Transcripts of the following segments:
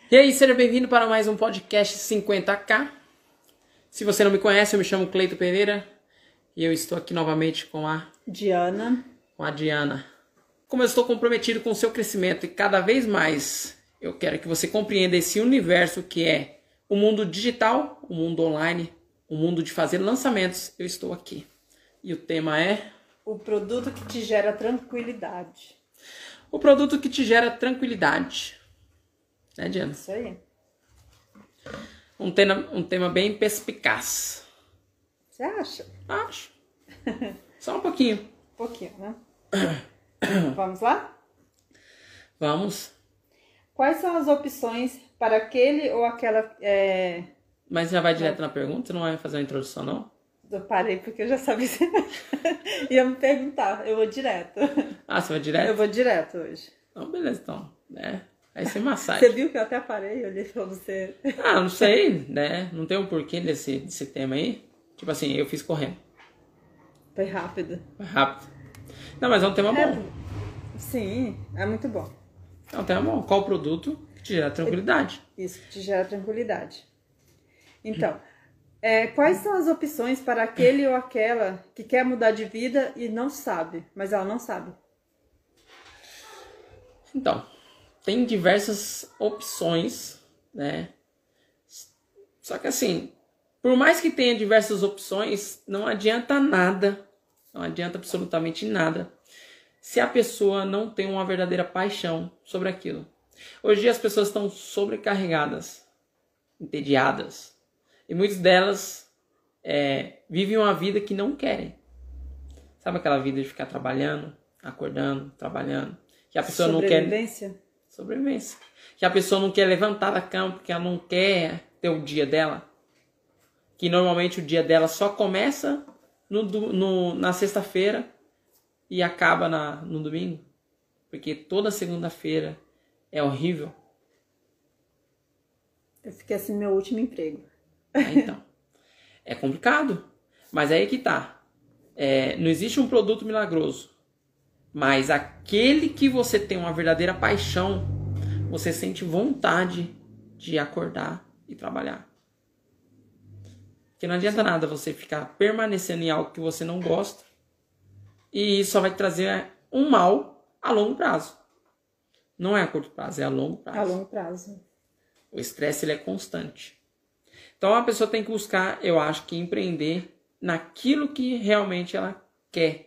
E aí, seja bem-vindo para mais um podcast 50K. Se você não me conhece, eu me chamo Cleito Pereira e eu estou aqui novamente com a Diana. Como eu estou comprometido com o seu crescimento e cada vez mais eu quero que você compreenda esse universo que é o mundo digital, o mundo online, o mundo de fazer lançamentos, eu estou aqui. E o tema é... O produto que te gera tranquilidade. O produto que te gera tranquilidade. Né, Diana? Isso aí. Um tema bem perspicaz. Você acha? Acho. Só um pouquinho. Um pouquinho, né? Vamos lá? Vamos. Quais são as opções para aquele ou aquela... Mas já vai direto na pergunta? Você não vai fazer uma introdução, não? Eu parei porque eu já sabia que ia me perguntar. Eu vou direto. Ah, você vai direto? Eu vou direto hoje. Então, beleza, então. Aí você massagem. Você viu que eu até parei? Eu olhei pra você. Ah, não sei, né? Não tem um porquê desse tema aí. Tipo assim, eu fiz correndo. Foi rápido. Foi rápido. Não, mas é um tema bom. Sim, é muito bom. É um tema bom. Qual o produto que te gera tranquilidade? Isso, que te gera tranquilidade. Então, quais são as opções para aquele ou aquela que quer mudar de vida e não sabe, mas ela não sabe? Então, tem diversas opções, né? Só que assim, por mais que tenha diversas opções, não adianta nada, não adianta absolutamente nada, se a pessoa não tem uma verdadeira paixão sobre aquilo. Hoje em dia as pessoas estão sobrecarregadas, entediadas, e muitas delas vivem uma vida que não querem. Sabe aquela vida de ficar trabalhando, acordando, trabalhando, que a pessoa não quer... Sobrevivência. Que a pessoa não quer levantar da cama porque ela não quer ter o dia dela. Que normalmente o dia dela só começa na sexta-feira e acaba no domingo. Porque toda segunda-feira é horrível. Eu fiquei assim no meu último emprego. Então, é complicado. Mas aí que tá. Não existe um produto milagroso. Mas aquele que você tem uma verdadeira paixão, você sente vontade de acordar e trabalhar. Porque não adianta nada você ficar permanecendo em algo que você não gosta e isso só vai trazer um mal a longo prazo. Não é a curto prazo, é a longo prazo. A longo prazo. O estresse ele é constante. Então a pessoa tem que buscar, eu acho que empreender naquilo que realmente ela quer.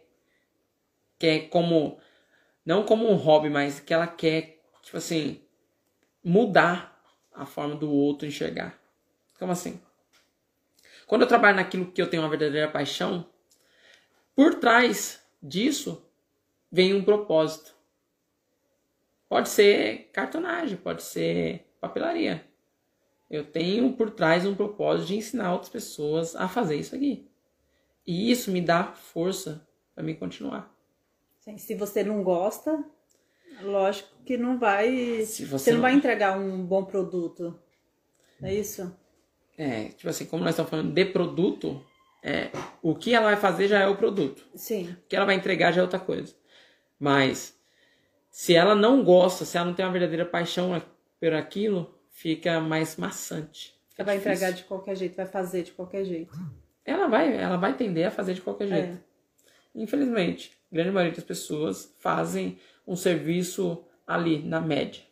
Não como um hobby, mas que ela quer, tipo assim, mudar a forma do outro enxergar. Como assim? Quando eu trabalho naquilo que eu tenho uma verdadeira paixão, por trás disso vem um propósito. Pode ser cartonagem, pode ser papelaria. Eu tenho por trás um propósito de ensinar outras pessoas a fazer isso aqui. E isso me dá força para mim continuar. Sim, se você não gosta, lógico que não vai... Você não vai entregar um bom produto. É isso? Tipo assim, como nós estamos falando de produto, o que ela vai fazer já é o produto. Sim. O que ela vai entregar já é outra coisa. Mas, se ela não gosta, se ela não tem uma verdadeira paixão por aquilo, fica mais maçante. Ela vai entregar de qualquer jeito, vai fazer de qualquer jeito. Ela vai tender a fazer de qualquer jeito. Infelizmente, a grande maioria das pessoas fazem um serviço ali, na média.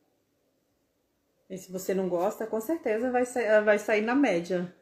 E se você não gosta, com certeza vai sair na média.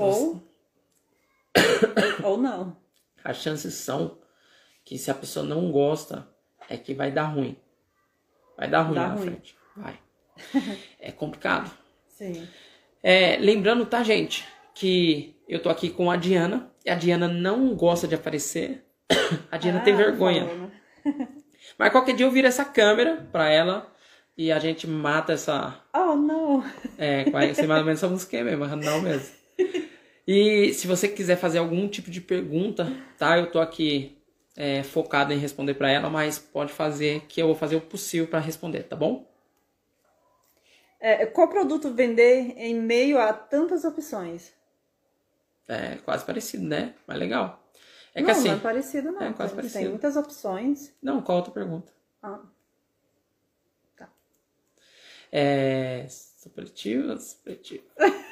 Ou não. As chances são que se a pessoa não gosta, é que vai dar ruim. Vai dar ruim na frente. Vai. É complicado. Sim. Lembrando, tá, gente, que eu tô aqui com a Diana. E a Diana não gosta de aparecer. A Diana tem vergonha. Falou, né? Mas qualquer dia eu viro essa câmera pra ela e a gente mata essa... Oh, não! Vai ser mais ou menos essa música aí mesmo, não mesmo. E se você quiser fazer algum tipo de pergunta, tá? Eu tô aqui focado em responder pra ela, mas pode fazer que eu vou fazer o possível pra responder, tá bom? Qual produto vender em meio a tantas opções? Quase parecido, né? Mas legal. Não, assim, não é parecido não. É quase parecido. Tem muitas opções. Não, qual a outra pergunta? Tá. Supletivo, supletivo.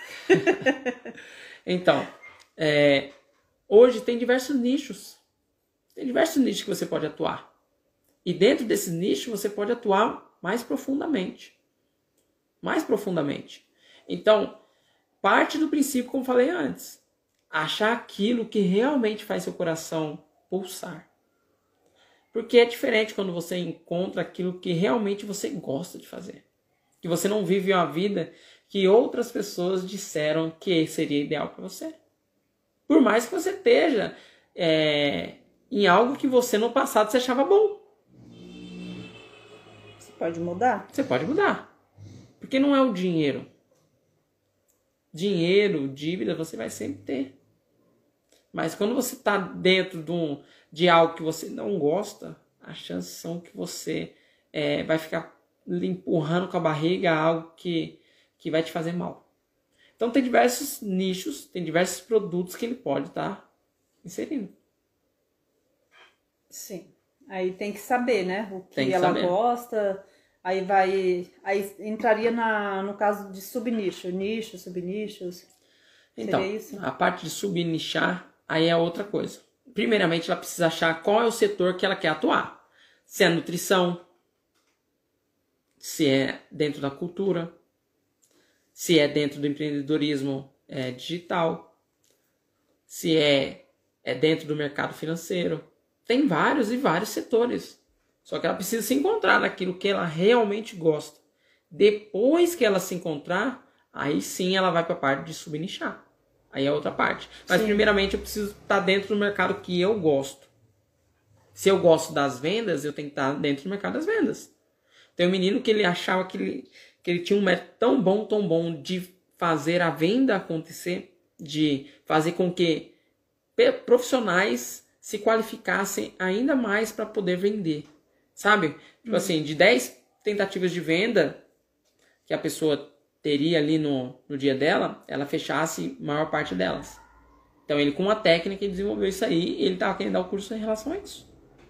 Então, hoje tem diversos nichos. Tem diversos nichos que você pode atuar. E dentro desse nicho você pode atuar mais profundamente. Mais profundamente. Então, parte do princípio, como falei antes. Achar aquilo que realmente faz seu coração pulsar. Porque é diferente quando você encontra aquilo que realmente você gosta de fazer. Que você não vive uma vida que outras pessoas disseram que seria ideal para você. Por mais que você esteja em algo que você no passado você achava bom. Você pode mudar? Você pode mudar. Porque não é o dinheiro. Dinheiro, dívida, você vai sempre ter. Mas quando você está dentro de algo que você não gosta, as chances são que você vai ficar empurrando com a barriga algo que vai te fazer mal. Então tem diversos nichos, tem diversos produtos que ele pode estar inserindo. Sim. Aí tem que saber, né? O que Tem que ela saber. gosta. Aí entraria no caso de subnicho, nichos, subnichos. Então, Seria isso? a parte de subnichar, aí é outra coisa. Primeiramente, ela precisa achar qual é o setor que ela quer atuar. Se é nutrição, se é dentro da cultura, se é dentro do empreendedorismo digital, se é dentro do mercado financeiro. Tem vários e vários setores. Só que ela precisa se encontrar naquilo que ela realmente gosta. Depois que ela se encontrar, aí sim ela vai para a parte de subnichar. Aí é outra parte. Mas primeiramente eu preciso estar dentro do mercado que eu gosto. Se eu gosto das vendas, eu tenho que estar dentro do mercado das vendas. Tem um menino que ele achava que ele tinha um método tão bom de fazer a venda acontecer, de fazer com que profissionais se qualificassem ainda mais para poder vender. Sabe? Tipo assim, de 10 tentativas de venda que a pessoa teria ali no dia dela, ela fechasse a maior parte delas. Então ele com uma técnica ele desenvolveu isso aí e ele estava querendo dar o curso em relação a isso.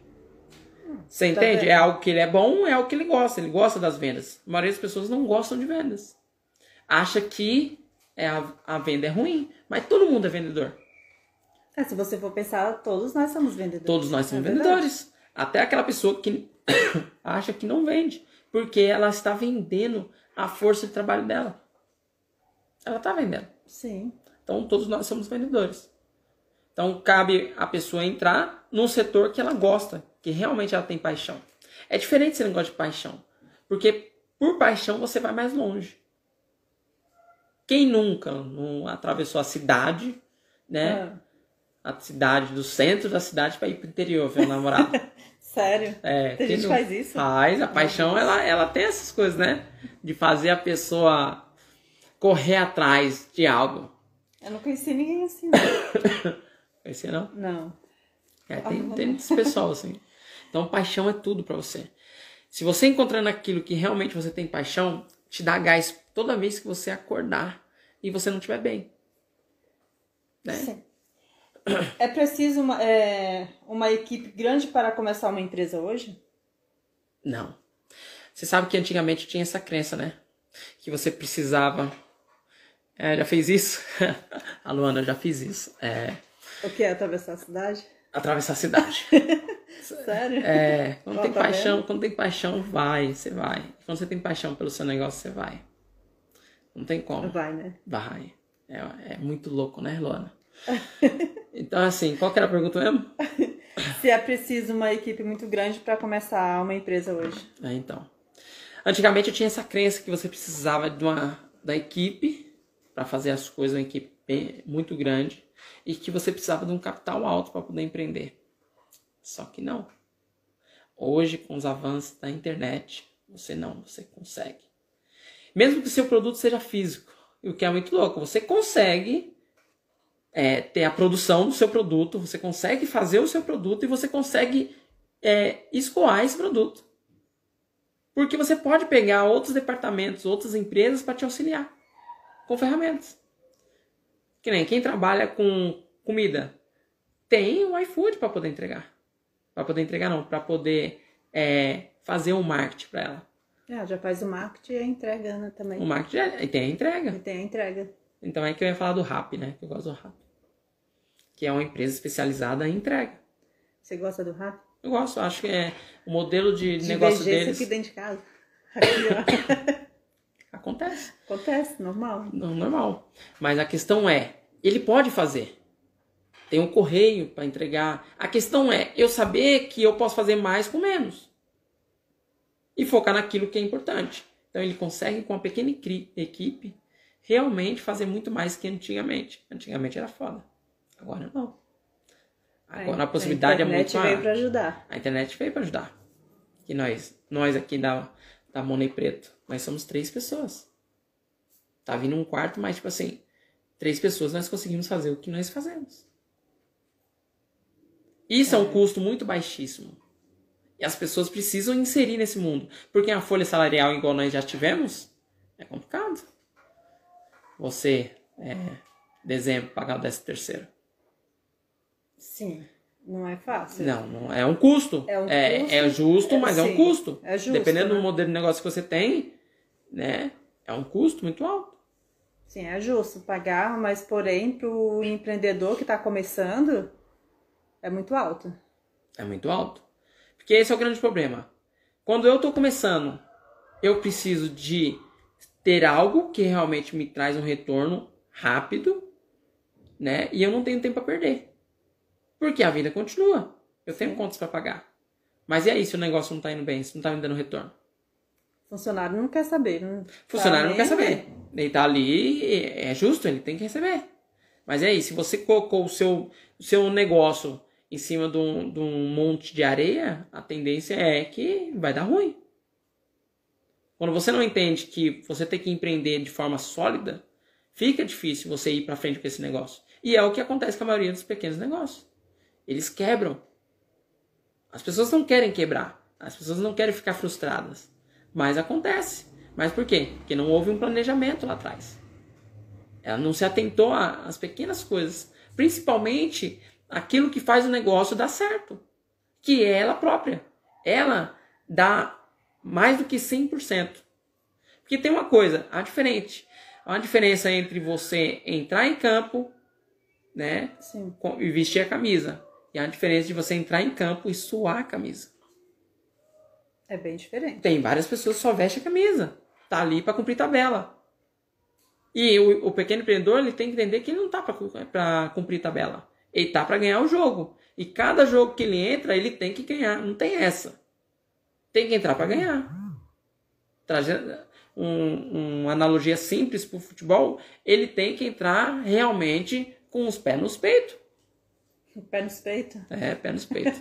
Você entende? É algo que ele é bom, é algo que ele gosta das vendas. A maioria das pessoas não gostam de vendas. Acha que a venda é ruim, mas todo mundo é vendedor. Se você for pensar, todos nós somos vendedores. Todos nós somos vendedores. Até aquela pessoa que acha que não vende, porque ela está vendendo a força de trabalho dela. Ela está vendendo. Sim. Então, todos nós somos vendedores. Então, cabe a pessoa entrar num setor que ela gosta, que realmente ela tem paixão. É diferente esse negócio de paixão, porque por paixão você vai mais longe. Quem nunca não atravessou a cidade, né? A cidade, do centro da cidade para ir para o interior ver o namorado. Sério? Tem gente que faz isso? Faz. A paixão, ela tem essas coisas, né? De fazer a pessoa correr atrás de algo. Eu não conheci ninguém assim, não. Conhecia, não? Não. Tem esse pessoal, assim. Então, paixão é tudo para você. Se você encontrar naquilo que realmente você tem paixão, te dá gás toda vez que você acordar e você não estiver bem. Né? Sim. É preciso uma equipe grande para começar uma empresa hoje? Não. Você sabe que antigamente tinha essa crença, né? Que você precisava... já fez isso? A Luana, eu já fiz isso. O que é atravessar a cidade? Atravessar a cidade. Sério? Quando tem paixão, você vai. Quando você tem paixão pelo seu negócio, você vai. Não tem como. Vai, né? Vai. É muito louco, né, Luana? Então, assim, qual que era a pergunta mesmo? Se é preciso uma equipe muito grande para começar uma empresa hoje. Então. Antigamente eu tinha essa crença que você precisava da equipe para fazer as coisas, uma equipe muito grande, e que você precisava de um capital alto para poder empreender. Só que não. Hoje, com os avanços da internet, você consegue. Mesmo que o seu produto seja físico, o que é muito louco, você consegue ter a produção do seu produto, você consegue fazer o seu produto e você consegue escoar esse produto. Porque você pode pegar outros departamentos, outras empresas para te auxiliar com ferramentas. Que nem quem trabalha com comida tem o iFood para poder entregar. Para poder entregar não, para poder fazer um marketing para ela. Já faz o marketing e a entrega, né, também. O marketing tem a entrega. E tem a entrega. Então é que eu ia falar do Rappi, né? Que eu gosto do Rappi. Que é uma empresa especializada em entrega. Você gosta do Rappi? Eu gosto, acho que o modelo de negócio deles... aqui dentro de casa. Aqui, ó. Acontece. Acontece, normal. Não, normal. Mas a questão é, ele pode fazer. Tem um correio para entregar. A questão é eu saber que eu posso fazer mais com menos. E focar naquilo que é importante. Então ele consegue, com uma pequena equipe, realmente fazer muito mais que antigamente. Antigamente era foda. Agora não. Agora a possibilidade é muito maior. A internet veio para ajudar. A internet veio para ajudar. E nós aqui da Money Preto, nós somos 3 pessoas. Tá vindo um quarto, mas tipo assim, 3 pessoas nós conseguimos fazer o que nós fazemos. Isso é um custo muito baixíssimo. E as pessoas precisam inserir nesse mundo. Porque a folha salarial, igual nós já tivemos, é complicado. Você, de exemplo, pagar o 13º. Sim, não é fácil. Não é um custo. É um custo. É justo, mas é um custo. É justo, dependendo né? do modelo de negócio que você tem, né? É um custo muito alto. Sim, é justo pagar, mas porém, para o empreendedor que está começando, é muito alto. É muito alto. Porque esse é o grande problema. Quando eu estou começando, eu preciso de ter algo que realmente me traz um retorno rápido, né? E eu não tenho tempo a perder. Porque a vida continua. Eu tenho contas para pagar. Mas e aí se o negócio não está indo bem, se não está me dando retorno? Funcionário não quer saber. Funcionário não quer saber. Ele está ali, é justo, ele tem que receber. Mas e aí, se você colocou o seu negócio em cima de um monte de areia, a tendência é que vai dar ruim. Quando você não entende que você tem que empreender de forma sólida, fica difícil você ir para frente com esse negócio. E é o que acontece com a maioria dos pequenos negócios. Eles quebram. As pessoas não querem quebrar. As pessoas não querem ficar frustradas. Mas acontece. Mas por quê? Porque não houve um planejamento lá atrás. Ela não se atentou às pequenas coisas. Principalmente aquilo que faz o negócio dar certo. Que é ela própria. Ela dá mais do que 100%. Porque tem uma coisa, a diferença entre você entrar em campo, né, Sim. E vestir a camisa. E a diferença de você entrar em campo e suar a camisa. É bem diferente. Tem várias pessoas que só vestem a camisa. Tá ali para cumprir tabela. E o pequeno empreendedor, ele tem que entender que ele não tá para cumprir tabela. Ele tá para ganhar o jogo. E cada jogo que ele entra, ele tem que ganhar. Não tem essa. Tem que entrar para ganhar. Trazendo uma analogia simples para o futebol, ele tem que entrar realmente com os pés nos peitos. Pé nos peitos? É, pé nos peitos.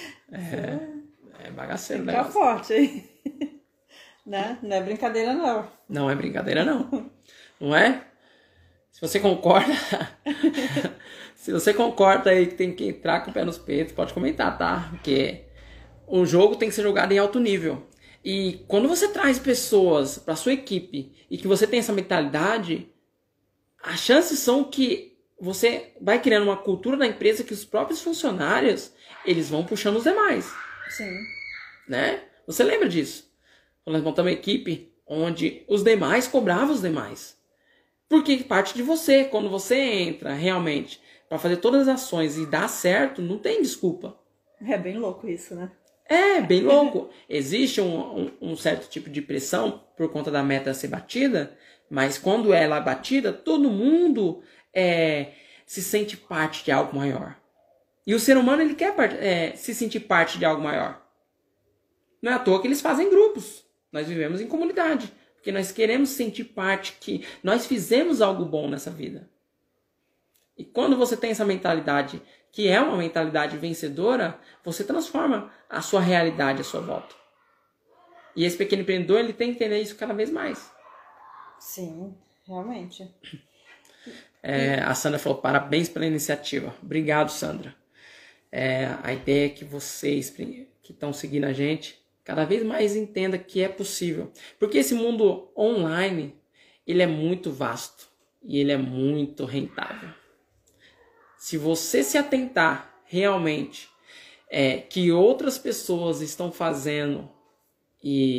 É bagaceiro, né? Fica forte, hein? Né? Não é brincadeira, não. Não é brincadeira, não. Não é? Se você concorda... Se você concorda aí que tem que entrar com o pé nos peitos, pode comentar, tá? Porque o jogo tem que ser jogado em alto nível. E quando você traz pessoas para sua equipe e que você tem essa mentalidade, as chances são que você vai criando uma cultura na empresa que os próprios funcionários, eles vão puxando os demais. Sim. Né? Você lembra disso? Quando nós montamos uma equipe onde os demais cobravam os demais. Porque parte de você, quando você entra realmente para fazer todas as ações e dá certo, não tem desculpa. É bem louco isso, né? É, bem louco. Existe um certo tipo de pressão por conta da meta ser batida, mas quando ela é batida, todo mundo se sente parte de algo maior. E o ser humano, ele quer se sentir parte de algo maior. Não é à toa que eles fazem grupos. Nós vivemos em comunidade. Porque nós queremos sentir parte que nós fizemos algo bom nessa vida. E quando você tem essa mentalidade, que é uma mentalidade vencedora, você transforma a sua realidade à sua volta. E esse pequeno empreendedor, ele tem que entender isso cada vez mais. Sim, realmente. A Sandra falou, parabéns pela iniciativa. Obrigado, Sandra. A ideia é que vocês que estão seguindo a gente, cada vez mais entenda que é possível. Porque esse mundo online, ele é muito vasto e ele é muito rentável. Se você se atentar realmente que outras pessoas estão fazendo e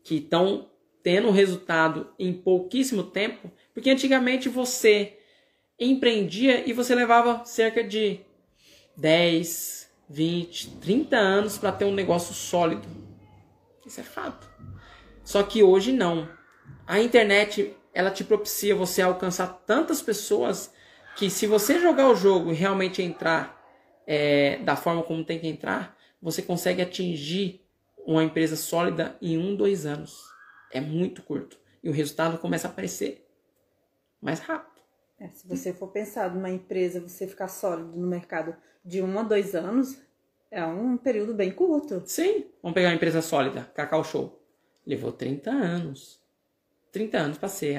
que estão tendo resultado em pouquíssimo tempo, porque antigamente você empreendia e você levava cerca de 10, 20, 30 anos para ter um negócio sólido. Isso é fato. Só que hoje não. A internet, ela te propicia você alcançar tantas pessoas que se você jogar o jogo e realmente entrar da forma como tem que entrar, você consegue atingir uma empresa sólida em 1, 2 anos. É muito curto. E o resultado começa a aparecer mais rápido. Se você for pensar numa empresa, você ficar sólido no mercado de 1 a 2 anos, é um período bem curto. Sim. Vamos pegar uma empresa sólida, Cacau Show. Levou 30 anos. 30 anos para ser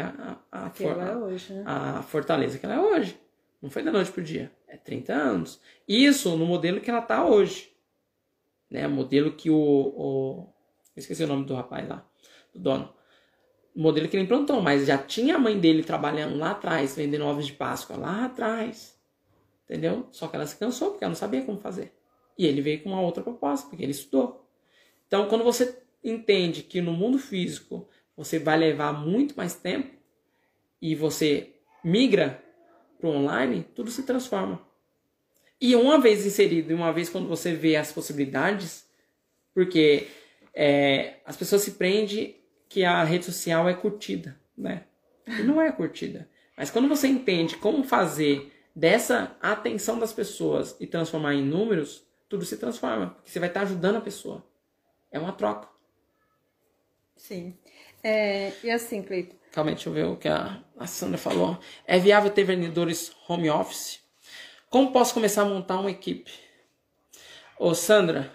a fortaleza que ela é hoje. Não foi da noite pro dia. É 30 anos. Isso no modelo que ela tá hoje. Né? O modelo que eu esqueci o nome do rapaz lá. Do dono. O modelo que ele implantou. Mas já tinha a mãe dele trabalhando lá atrás. Vendendo ovos de Páscoa lá atrás. Entendeu? Só que ela se cansou porque ela não sabia como fazer. E ele veio com uma outra proposta. Porque ele estudou. Então quando você entende que no mundo físico você vai levar muito mais tempo e você migra para o online, tudo se transforma. E uma vez inserido, e uma vez quando você vê as possibilidades, porque as pessoas se prendem que a rede social é curtida, né? E não é curtida. Mas quando você entende como fazer dessa atenção das pessoas e transformar em números, tudo se transforma, porque você vai estar ajudando a pessoa. É uma troca. Sim. E assim, Cleiton? Calma aí, deixa eu ver o que a Sandra falou. É viável ter vendedores home office? Como posso começar a montar uma equipe? Ô Sandra,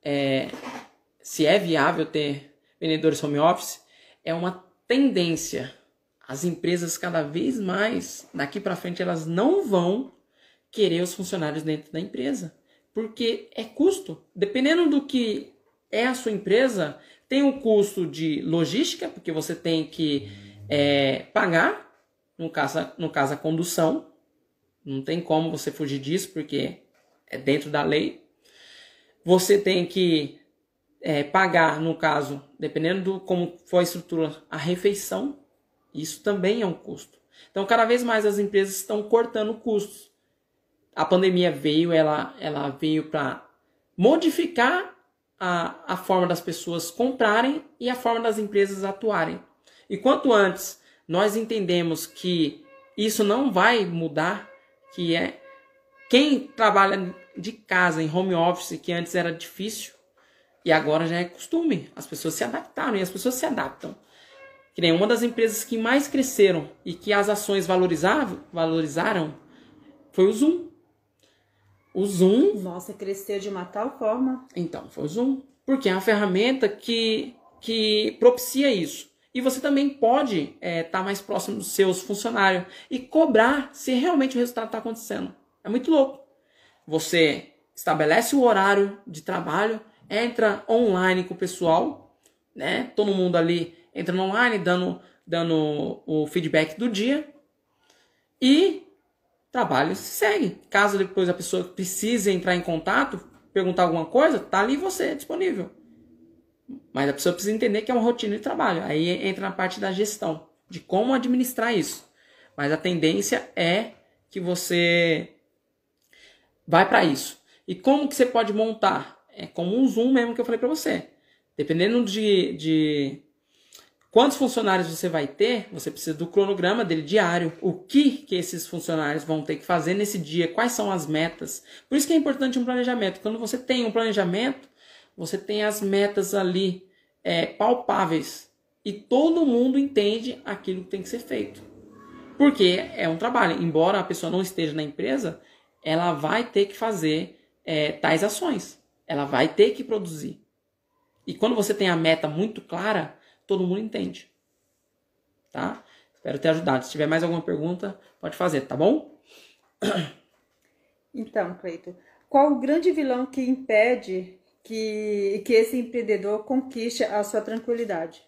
se é viável ter vendedores home office, é uma tendência. As empresas cada vez mais, daqui para frente, elas não vão querer os funcionários dentro da empresa. Porque é custo. Dependendo do que é a sua empresa, tem um custo de logística, porque você tem que pagar, no caso a condução. Não tem como você fugir disso, porque é dentro da lei. Você tem que pagar, no caso, dependendo de como for a estrutura, a refeição. Isso também é um custo. Então, cada vez mais as empresas estão cortando custos. A pandemia veio, ela veio para modificar a forma das pessoas comprarem e a forma das empresas atuarem. E quanto antes nós entendemos que isso não vai mudar, que quem trabalha de casa em home office, que antes era difícil, e agora já é costume. As pessoas se adaptaram e as pessoas se adaptam. Que nem uma das empresas que mais cresceram e que as ações valorizaram foi o Zoom. O Zoom... Nossa, cresceu de uma tal forma. Então, foi o Zoom. Porque é uma ferramenta que propicia isso. E você também pode estar mais próximo dos seus funcionários e cobrar se realmente o resultado está acontecendo. É muito louco. Você estabelece o horário de trabalho, entra online com o pessoal, né? Todo mundo ali entra no online, dando o feedback do dia. E trabalho se segue. Caso depois a pessoa precise entrar em contato, perguntar alguma coisa, tá ali você disponível. Mas a pessoa precisa entender que é uma rotina de trabalho. Aí entra na parte da gestão, de como administrar isso. Mas a tendência é que você vai para isso. E como que você pode montar? É como um Zoom mesmo que eu falei para você. Dependendo de quantos funcionários você vai ter, você precisa do cronograma dele diário. O que esses funcionários vão ter que fazer nesse dia, quais são as metas. Por isso que é importante um planejamento. Quando você tem um planejamento, você tem as metas ali palpáveis. E todo mundo entende aquilo que tem que ser feito. Porque é um trabalho. Embora a pessoa não esteja na empresa, ela vai ter que fazer tais ações. Ela vai ter que produzir. E quando você tem a meta muito clara, todo mundo entende. Tá? Espero ter ajudado. Se tiver mais alguma pergunta, pode fazer, tá bom? Então, Cleiton, qual o grande vilão que impede que esse empreendedor conquiste a sua tranquilidade?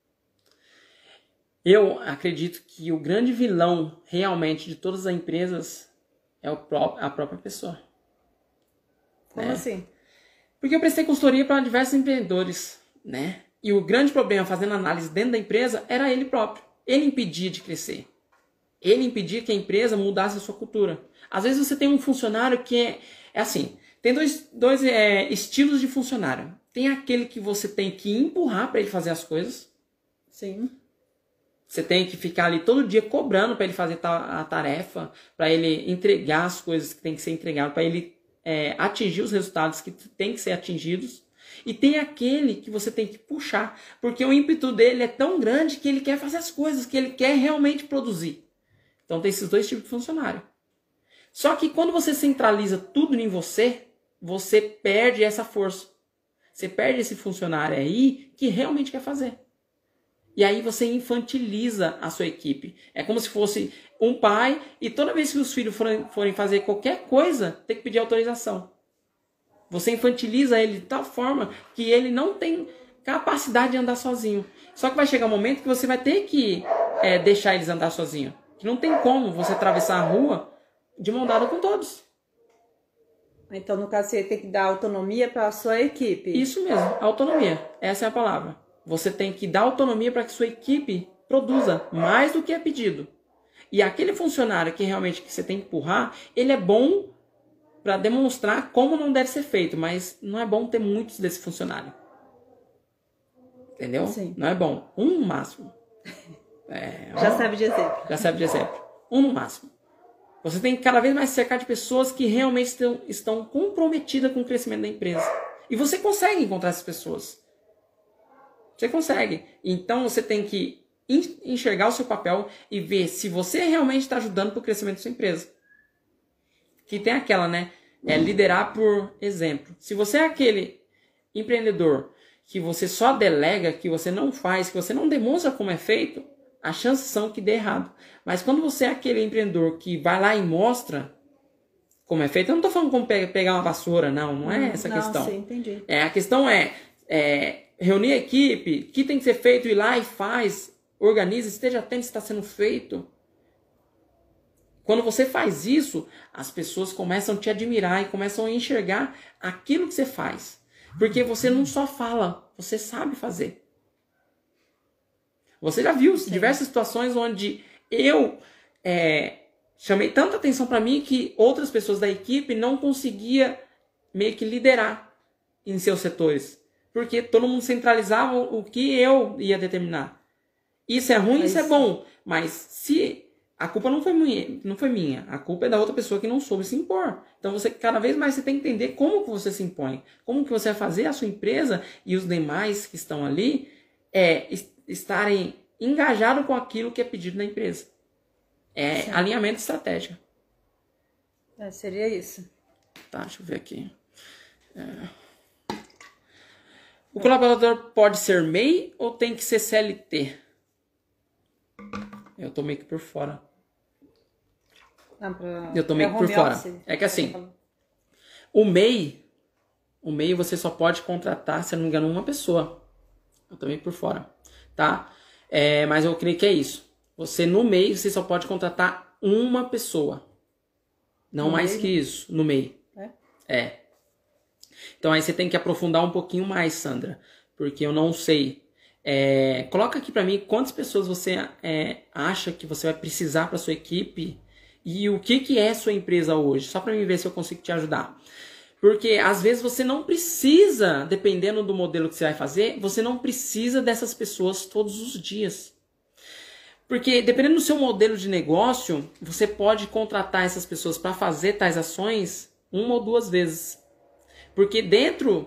Eu acredito que o grande vilão realmente de todas as empresas é a própria pessoa. Como assim? Porque eu prestei consultoria para diversos empreendedores, né? E o grande problema, fazendo análise dentro da empresa, era ele próprio. Ele impedia de crescer. Ele impedia que a empresa mudasse a sua cultura. Às vezes você tem um funcionário que é assim, tem dois estilos de funcionário. Tem aquele que você tem que empurrar para ele fazer as coisas. Sim. Você tem que ficar ali todo dia cobrando para ele fazer a tarefa, para ele entregar as coisas que tem que ser entregado, para ele atingir os resultados que tem que ser atingidos. E tem aquele que você tem que puxar, porque o ímpeto dele é tão grande que ele quer fazer as coisas, que ele quer realmente produzir. Então tem esses dois tipos de funcionário. Só que quando você centraliza tudo em você, você perde essa força. Você perde esse funcionário aí que realmente quer fazer. E aí você infantiliza a sua equipe. É como se fosse um pai e toda vez que os filhos forem fazer qualquer coisa, tem que pedir autorização. Você infantiliza ele de tal forma que ele não tem capacidade de andar sozinho. Só que vai chegar um momento que você vai ter que deixar eles andar sozinho. Que não tem como você atravessar a rua de mão dada com todos. Então, no caso, você tem que dar autonomia para a sua equipe. Isso mesmo, autonomia. Essa é a palavra. Você tem que dar autonomia para que sua equipe produza mais do que é pedido. E aquele funcionário que realmente que você tem que empurrar, ele é bom para demonstrar como não deve ser feito, mas não é bom ter muitos desse funcionário. Entendeu? Sim. Não é bom. Um no máximo. Já serve de exemplo. Já serve de exemplo. Um no máximo. Você tem que cada vez mais se cercar de pessoas que realmente estão comprometidas com o crescimento da empresa. E você consegue encontrar essas pessoas. Você consegue. Então você tem que enxergar o seu papel e ver se você realmente está ajudando para o crescimento da sua empresa. Que tem aquela, né? Liderar por exemplo. Se você é aquele empreendedor que você só delega, que você não faz, que você não demonstra como é feito, as chances são que dê errado. Mas quando você é aquele empreendedor que vai lá e mostra como é feito, eu não estou falando como pegar uma vassoura, não é essa a questão. Sim, entendi. A questão é reunir a equipe, o que tem que ser feito, ir lá e faz, organiza, esteja atento se está sendo feito. Quando você faz isso, as pessoas começam a te admirar e começam a enxergar aquilo que você faz. Porque você não só fala, você sabe fazer. Você já viu diversas situações onde eu chamei tanta atenção para mim que outras pessoas da equipe não conseguiam meio que liderar em seus setores. Porque todo mundo centralizava o que eu ia determinar. Isso é ruim, isso é bom. Mas se a culpa não foi minha, a culpa é da outra pessoa que não soube se impor. Então cada vez mais você tem que entender como que você se impõe. Como que você vai fazer a sua empresa e os demais que estão ali estarem engajados com aquilo que é pedido na empresa. Alinhamento estratégico. Seria isso. Tá, deixa eu ver aqui. O colaborador pode ser MEI ou tem que ser CLT? Eu tô meio que por fora. Eu tô meio que por fora. É que assim, o MEI você só pode contratar, se eu não me engano, uma pessoa. Eu tô meio por fora, tá? Mas eu creio que é isso. No MEI, você só pode contratar uma pessoa. Não mais que isso, no MEI. Então aí você tem que aprofundar um pouquinho mais, Sandra. Porque eu não sei. Coloca aqui pra mim quantas pessoas você acha que você vai precisar para sua equipe e o que é sua empresa hoje. Só para mim ver se eu consigo te ajudar. Porque às vezes você não precisa, dependendo do modelo que você vai fazer, você não precisa dessas pessoas todos os dias. Porque dependendo do seu modelo de negócio, você pode contratar essas pessoas para fazer tais ações uma ou duas vezes. Porque dentro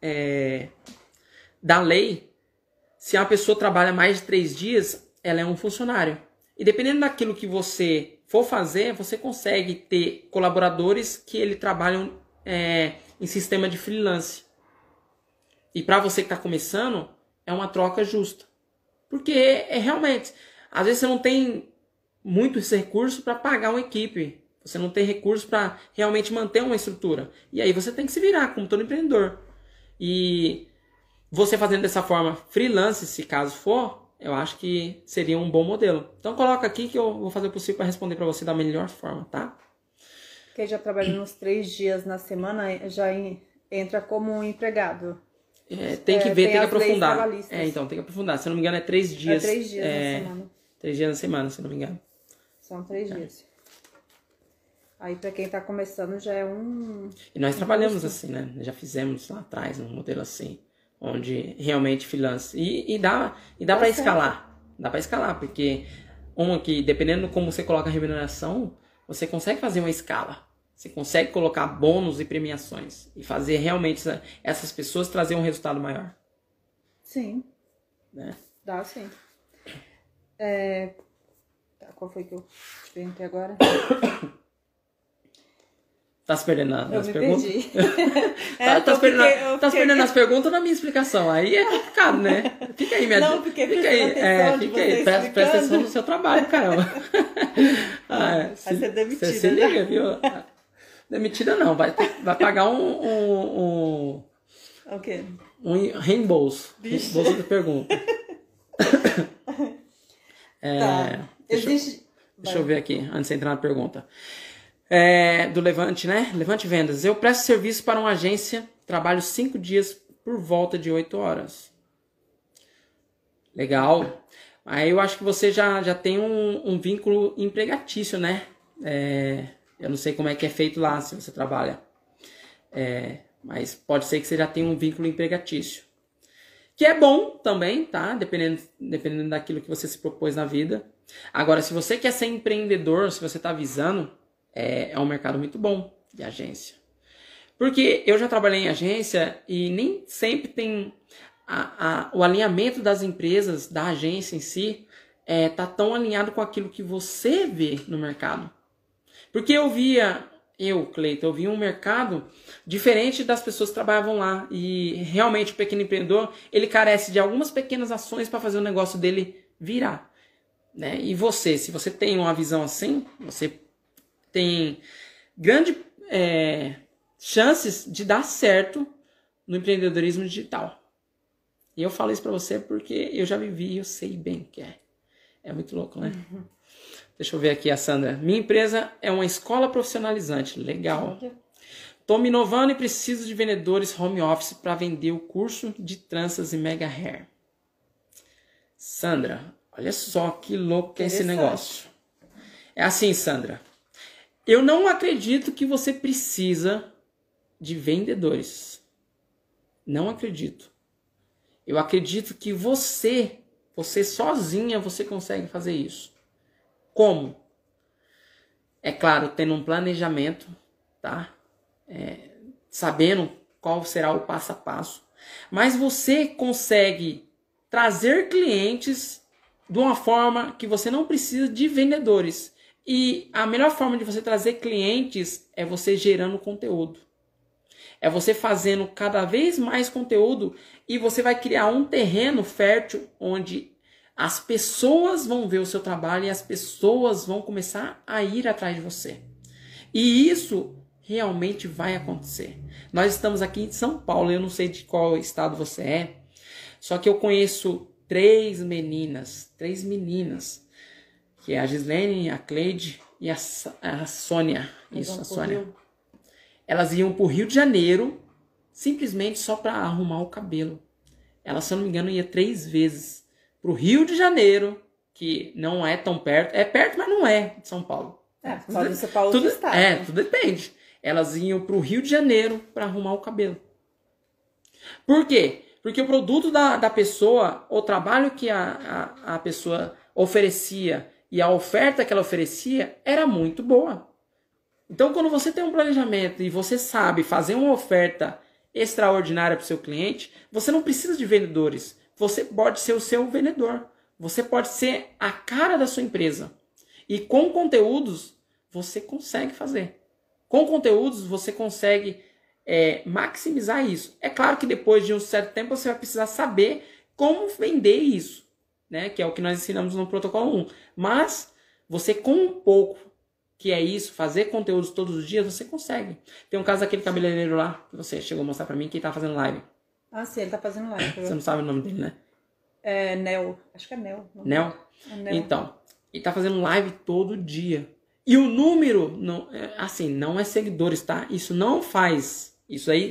da lei, se uma pessoa trabalha mais de 3 dias, ela é um funcionário. E dependendo daquilo que você for fazer, você consegue ter colaboradores que trabalham em sistema de freelance. E para você que está começando, é uma troca justa. Porque realmente, às vezes você não tem muitos recursos para pagar uma equipe. Você não tem recursos para realmente manter uma estrutura. E aí você tem que se virar, como todo empreendedor. E você fazendo dessa forma freelance, se caso for, eu acho que seria um bom modelo. Então coloca aqui que eu vou fazer o possível para responder para você da melhor forma, tá? Quem já trabalha nos 3 dias na semana já entra como um empregado. Tem que ver, tem que as leis aprofundar. trabalhistas. Então, tem que aprofundar. Se eu não me engano, é 3 dias. 3 dias na semana. 3 dias na semana, se eu não me engano. São 3 dias. Aí, pra quem tá começando, já é E nós trabalhamos assim, né? Já fizemos lá atrás um modelo assim, onde realmente freelance. E dá pra escalar. Dá pra escalar, porque que dependendo de como você coloca a remuneração, você consegue fazer uma escala. Você consegue colocar bônus e premiações. E fazer realmente essas pessoas trazer um resultado maior. Sim. Né? Dá sim. Tá, qual foi que eu te perguntei agora? Tá se perdendo nas me perguntas? Perdi. Tá se perdendo nas perguntas na minha explicação. Aí é complicado, né? Fica aí, minha Não, fica aí. Fica aí. Presta atenção no seu trabalho, caramba. Vai ser demitida. Você se liga, viu? Demitida não, vai pagar o quê? Um reembolso. Bicho. Reembolso da pergunta. Tá. Deixa eu ver aqui, antes de entrar na pergunta. Do Levante, né? Levante Vendas. Eu presto serviço para uma agência, trabalho 5 dias por volta de 8 horas. Legal. Aí eu acho que você já tem um vínculo empregatício, né? Eu não sei como é que é feito lá, se você trabalha. Mas pode ser que você já tenha um vínculo empregatício. Que é bom também, tá? Dependendo daquilo que você se propôs na vida. Agora, se você quer ser empreendedor, se você está visando, é um mercado muito bom de agência. Porque eu já trabalhei em agência e nem sempre tem o alinhamento das empresas, da agência em si, tá tão alinhado com aquilo que você vê no mercado. Porque Cleiton, eu via um mercado diferente das pessoas que trabalhavam lá. E realmente o pequeno empreendedor, ele carece de algumas pequenas ações para fazer o negócio dele virar. Né? E se você tem uma visão assim, você tem grandes chances de dar certo no empreendedorismo digital. E eu falo isso para você porque eu já vivi e eu sei bem o que é. É muito louco, né? Uhum. Deixa eu ver aqui a Sandra. Minha empresa é uma escola profissionalizante. Legal. Estou me inovando e preciso de vendedores home office para vender o curso de tranças e mega hair. Sandra, olha só que louco que é esse negócio. É assim, Sandra. Eu não acredito que você precisa de vendedores. Não acredito. Eu acredito que você sozinha, você consegue fazer isso. Como? É claro, tendo um planejamento, tá? Sabendo qual será o passo a passo. Mas você consegue trazer clientes de uma forma que você não precisa de vendedores. E a melhor forma de você trazer clientes é você gerando conteúdo. É você fazendo cada vez mais conteúdo e você vai criar um terreno fértil onde as pessoas vão ver o seu trabalho e as pessoas vão começar a ir atrás de você. E isso realmente vai acontecer. Nós estamos aqui em São Paulo, eu não sei de qual estado você é, só que eu conheço 3 meninas, que é a Gislene, a Cleide e a Sônia. Isso, a Sônia. Elas iam pro Rio de Janeiro simplesmente só para arrumar o cabelo. Ela, se eu não me engano, ia 3 vezes pro Rio de Janeiro, que não é tão perto. É perto, mas não é de São Paulo. Pode ser para outro estado. Tudo depende. Elas iam pro Rio de Janeiro para arrumar o cabelo. Por quê? Porque o produto da pessoa, o trabalho que a pessoa oferecia e a oferta que ela oferecia era muito boa. Então, quando você tem um planejamento e você sabe fazer uma oferta extraordinária para o seu cliente, você não precisa de vendedores. Você pode ser o seu vendedor. Você pode ser a cara da sua empresa. E com conteúdos, você consegue fazer. Com conteúdos, você consegue maximizar isso. É claro que depois de um certo tempo, você vai precisar saber como vender isso, né? Que é o que nós ensinamos no protocolo 1. Mas, você com um pouco, que é isso, fazer conteúdos todos os dias, você consegue. Tem um caso daquele cabeleireiro lá, que você chegou a mostrar pra mim, que tá fazendo live. Ah, sim, ele tá fazendo live. Você não sabe o nome dele, né? É Nel. Acho que é Nel. Nel? É Nel. Então, ele tá fazendo live todo dia. E o número, não é seguidores, tá? Isso não faz. Isso aí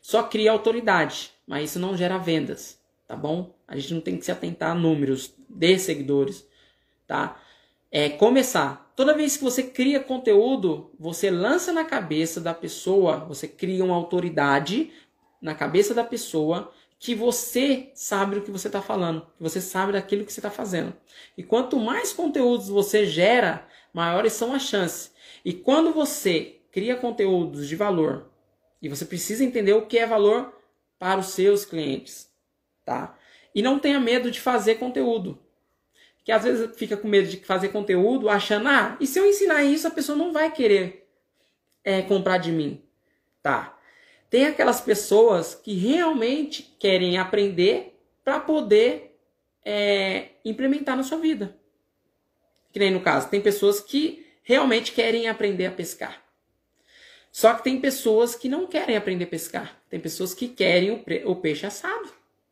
só cria autoridade, mas isso não gera vendas, tá bom? A gente não tem que se atentar a números de seguidores, tá? É começar. Toda vez que você cria conteúdo, você lança na cabeça da pessoa, você cria uma autoridade na cabeça da pessoa que você sabe o que você está falando, que você sabe daquilo que você está fazendo. E quanto mais conteúdos você gera, maiores são as chances. E quando você cria conteúdos de valor, e você precisa entender o que é valor para os seus clientes, tá? E não tenha medo de fazer conteúdo. Que às vezes fica com medo de fazer conteúdo, achando, e se eu ensinar isso, a pessoa não vai querer comprar de mim, tá? Tem aquelas pessoas que realmente querem aprender para poder implementar na sua vida. Que nem no caso, tem pessoas que realmente querem aprender a pescar. Só que tem pessoas que não querem aprender a pescar. Tem pessoas que querem o peixe assado.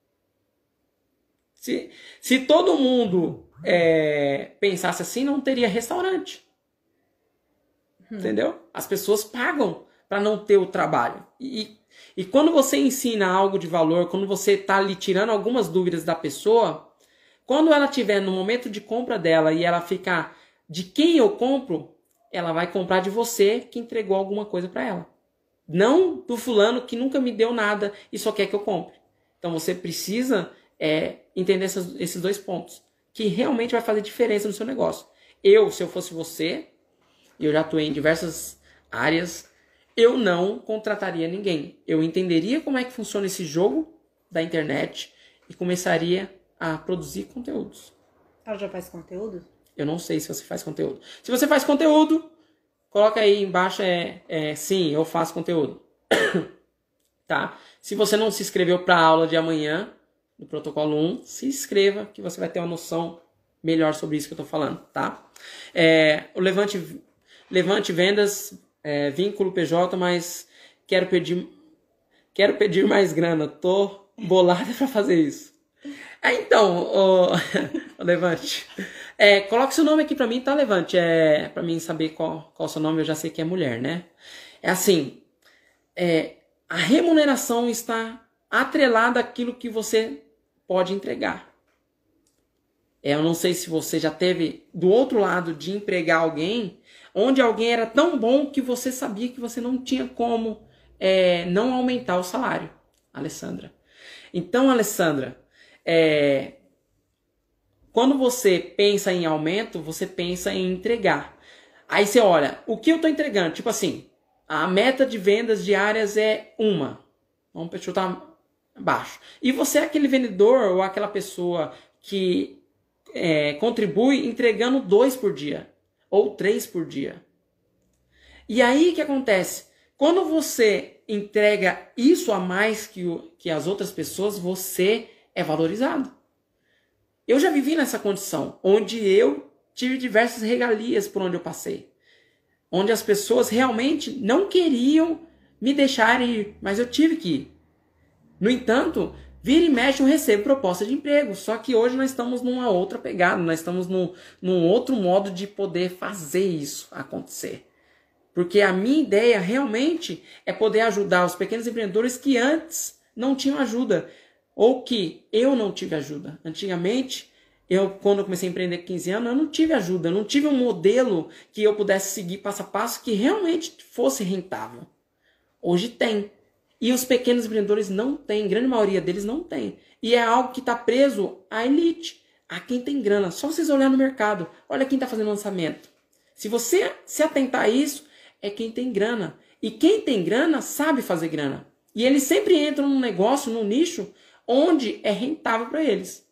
Se todo mundo pensasse assim, não teria restaurante. Entendeu? As pessoas pagam para não ter o trabalho. E quando você ensina algo de valor, quando você está ali tirando algumas dúvidas da pessoa, quando ela estiver no momento de compra dela e ela ficar de quem eu compro, ela vai comprar de você que entregou alguma coisa para ela. Não do fulano que nunca me deu nada e só quer que eu compre. Então você precisa entender esses dois pontos, que realmente vai fazer diferença no seu negócio. Se eu fosse você, eu já atuei em diversas áreas, eu não contrataria ninguém. Eu entenderia como é que funciona esse jogo da internet e começaria a produzir conteúdos. Ela já faz conteúdo? Eu não sei se você faz conteúdo. Se você faz conteúdo, coloca aí embaixo, sim, eu faço conteúdo. Tá? Se você não se inscreveu para a aula de amanhã, no protocolo 1, se inscreva, que você vai ter uma noção melhor sobre isso que eu estou falando, tá? O Levante Vendas, vínculo PJ, mas quero pedir mais grana. Tô bolada para fazer isso. Então, o Levante, coloque seu nome aqui para mim, tá, Levante? Para mim saber qual o seu nome, eu já sei que é mulher, né? Assim, a remuneração está atrelada àquilo que você pode entregar. Eu não sei se você já teve do outro lado de empregar alguém, onde alguém era tão bom que você sabia que você não tinha como não aumentar o salário, Alessandra. Então, Alessandra, quando você pensa em aumento, você pensa em entregar. Aí você olha, o que eu estou entregando? Tipo assim, a meta de vendas diárias é 1. Vamos chutar baixo. E você é aquele vendedor ou aquela pessoa que contribui entregando 2 por dia ou 3 por dia. E aí o que acontece? Quando você entrega isso a mais que as outras pessoas, você é valorizado. Eu já vivi nessa condição, onde eu tive diversas regalias por onde eu passei. Onde as pessoas realmente não queriam me deixar ir, mas eu tive que ir. No entanto, vira e mexe eu recebo proposta de emprego. Só que hoje nós estamos numa outra pegada, nós estamos num outro modo de poder fazer isso acontecer. Porque a minha ideia realmente é poder ajudar os pequenos empreendedores que antes não tinham ajuda. Ou que eu não tive ajuda. Antigamente, quando eu comecei a empreender com 15 anos, eu não tive ajuda. Eu não tive um modelo que eu pudesse seguir passo a passo que realmente fosse rentável. Hoje tem. E os pequenos empreendedores não têm. Grande maioria deles não tem. E é algo que está preso à elite. A quem tem grana. Só vocês olharem no mercado. Olha quem está fazendo lançamento. Se você se atentar a isso, é quem tem grana. E quem tem grana sabe fazer grana. E eles sempre entram num negócio, num nicho, onde é rentável para eles.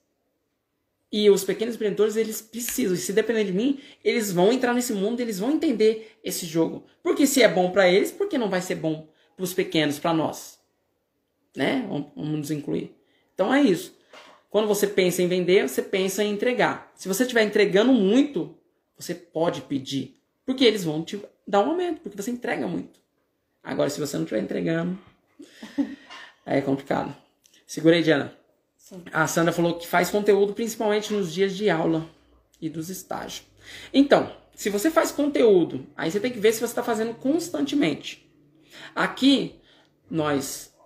E os pequenos empreendedores, eles precisam. E se depender de mim, eles vão entrar nesse mundo, eles vão entender esse jogo. Porque se é bom para eles, por que não vai ser bom para os pequenos, para nós? Né? Vamos nos incluir. Então é isso. Quando você pensa em vender, você pensa em entregar. Se você estiver entregando muito, você pode pedir. Porque eles vão te dar um aumento, porque você entrega muito. Agora, se você não estiver entregando, aí é complicado. Segura aí, Diana. Sim. A Sandra falou que faz conteúdo principalmente nos dias de aula e dos estágios. Então, se você faz conteúdo, aí você tem que ver se você está fazendo constantemente. Aqui, nós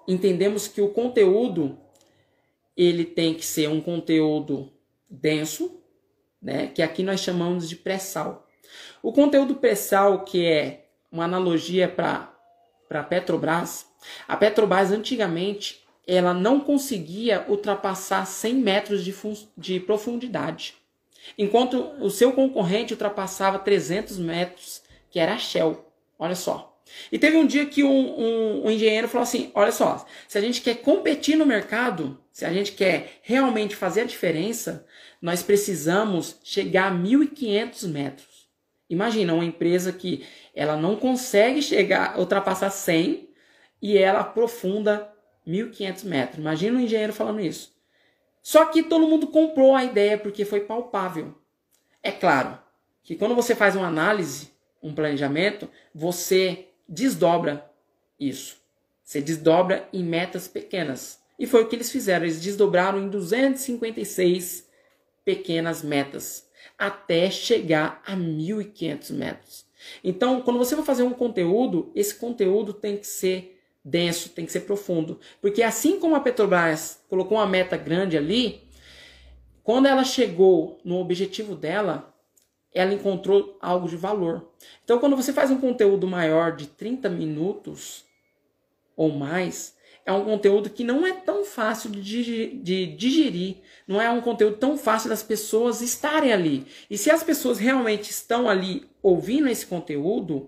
entendemos que o conteúdo ele tem que ser um conteúdo denso, né? Que aqui nós chamamos de pré-sal. O conteúdo pré-sal, que é uma analogia para a Petrobras, a Petrobras antigamente ela não conseguia ultrapassar 100 metros de profundidade, enquanto o seu concorrente ultrapassava 300 metros, que era a Shell. Olha só. E teve um dia que um engenheiro falou assim, olha só, se a gente quer competir no mercado, se a gente quer realmente fazer a diferença, nós precisamos chegar a 1.500 metros. Imagina uma empresa que ela não consegue ultrapassar 100 e ela aprofunda 1.500 metros. Imagina um engenheiro falando isso. Só que todo mundo comprou a ideia porque foi palpável. É claro que quando você faz uma análise, um planejamento, você desdobra isso. Você desdobra em metas pequenas. E foi o que eles fizeram. Eles desdobraram em 256 pequenas metas, até chegar a 1.500 metros. Então, quando você vai fazer um conteúdo, esse conteúdo tem que ser denso, tem que ser profundo. Porque assim como a Petrobras colocou uma meta grande ali, quando ela chegou no objetivo dela, ela encontrou algo de valor. Então, quando você faz um conteúdo maior de 30 minutos ou mais, é um conteúdo que não é tão fácil de digerir, não é um conteúdo tão fácil das pessoas estarem ali. E se as pessoas realmente estão ali ouvindo esse conteúdo,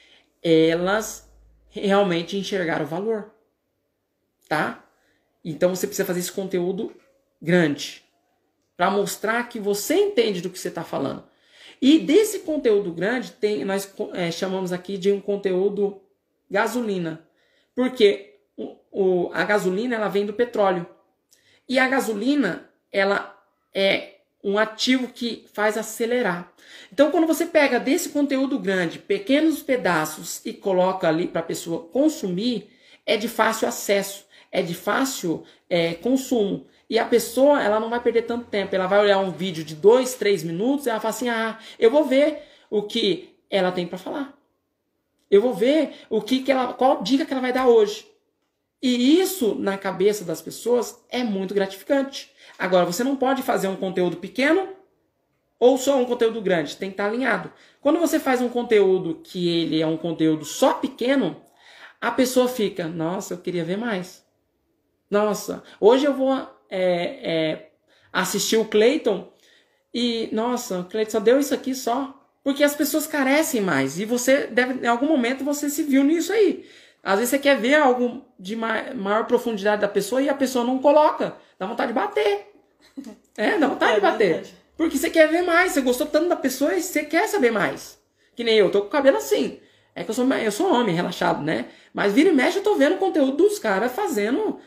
elas realmente enxergaram o valor, tá? Então, você precisa fazer esse conteúdo grande, para mostrar que você entende do que você está falando. E desse conteúdo grande, nós chamamos aqui de um conteúdo gasolina. Porque a gasolina ela vem do petróleo. E a gasolina ela é um ativo que faz acelerar. Então, quando você pega desse conteúdo grande, pequenos pedaços e coloca ali para a pessoa consumir, é de fácil acesso, é de fácil consumo. E a pessoa, ela não vai perder tanto tempo. Ela vai olhar um vídeo de 2, 3 minutos e ela fala assim, eu vou ver o que ela tem para falar. Eu vou ver qual dica que ela vai dar hoje. E isso, na cabeça das pessoas, é muito gratificante. Agora, você não pode fazer um conteúdo pequeno ou só um conteúdo grande. Tem que estar alinhado. Quando você faz um conteúdo que ele é um conteúdo só pequeno, a pessoa fica, nossa, eu queria ver mais. Nossa, hoje eu vou assistir o Clayton e, nossa, o Clayton só deu isso aqui só. Porque as pessoas carecem mais. E você deve, em algum momento, você se viu nisso aí. Às vezes você quer ver algo de maior profundidade da pessoa e a pessoa não coloca. Dá vontade de bater. Dá vontade de bater. Verdade. Porque você quer ver mais. Você gostou tanto da pessoa e você quer saber mais. Que nem eu, tô com o cabelo assim. É que eu sou homem, relaxado, né? Mas vira e mexe, eu tô vendo o conteúdo dos caras fazendo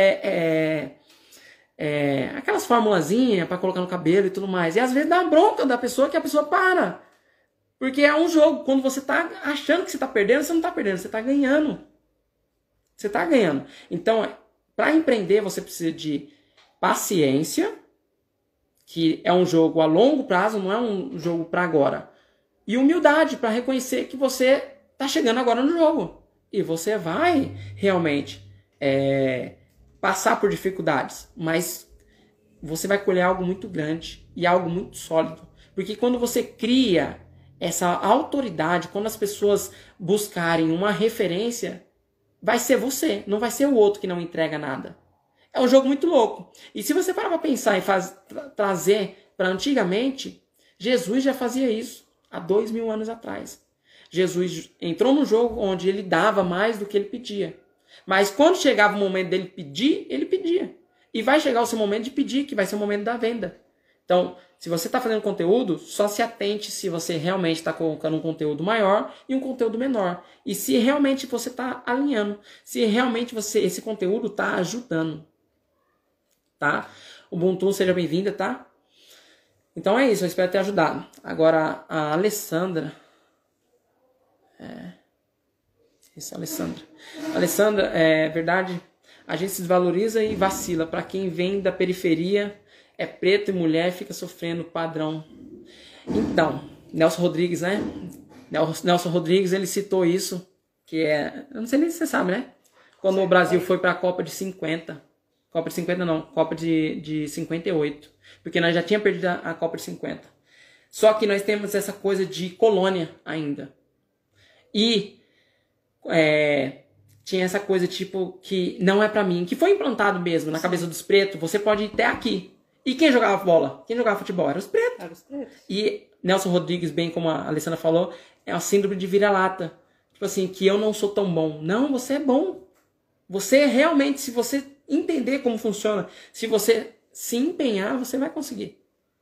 aquelas formulazinhas pra colocar no cabelo e tudo mais. E às vezes dá uma bronca da pessoa que a pessoa para. Porque é um jogo. Quando você tá achando que você tá perdendo, você não tá perdendo, você tá ganhando. Você tá ganhando. Então, para empreender, você precisa de paciência, que é um jogo a longo prazo, não é um jogo para agora. E humildade, para reconhecer que você tá chegando agora no jogo. E você vai realmente passar por dificuldades. Mas você vai colher algo muito grande e algo muito sólido. Porque quando você cria essa autoridade, quando as pessoas buscarem uma referência, vai ser você, não vai ser o outro que não entrega nada. É um jogo muito louco. E se você parar para pensar e trazer para antigamente, Jesus já fazia isso há 2000 anos atrás. Jesus entrou no jogo onde ele dava mais do que ele pedia. Mas quando chegava o momento dele pedir, ele pedia. E vai chegar o seu momento de pedir, que vai ser o momento da venda. Então, se você está fazendo conteúdo, só se atente se você realmente está colocando um conteúdo maior e um conteúdo menor. E se realmente você está alinhando. Se realmente esse conteúdo está ajudando. Tá? Ubuntu, seja bem-vinda, tá? Então é isso, eu espero ter ajudado. Agora, a Alessandra... Isso, Alessandra. Alessandra, é verdade, a gente se desvaloriza e vacila. Para quem vem da periferia... é preto e mulher, fica sofrendo padrão. Então, Nelson Rodrigues, né? Nelson Rodrigues, ele citou isso, que eu não sei nem se você sabe, né? quando o Brasil foi para a Copa de 50. Copa de 50 não, Copa de 58. Porque nós já tínhamos perdido a Copa de 50. Só que nós temos essa coisa de colônia ainda. E tinha essa coisa tipo que não é pra mim, que foi implantado mesmo na cabeça dos pretos. Você pode ir até aqui. E quem jogava bola? Quem jogava futebol? Era os pretos. Era os pretos. E Nelson Rodrigues, bem como a Alessandra falou, é a síndrome de vira-lata. Tipo assim, que eu não sou tão bom. Não, você é bom. Você realmente, se você entender como funciona, se você se empenhar, você vai conseguir.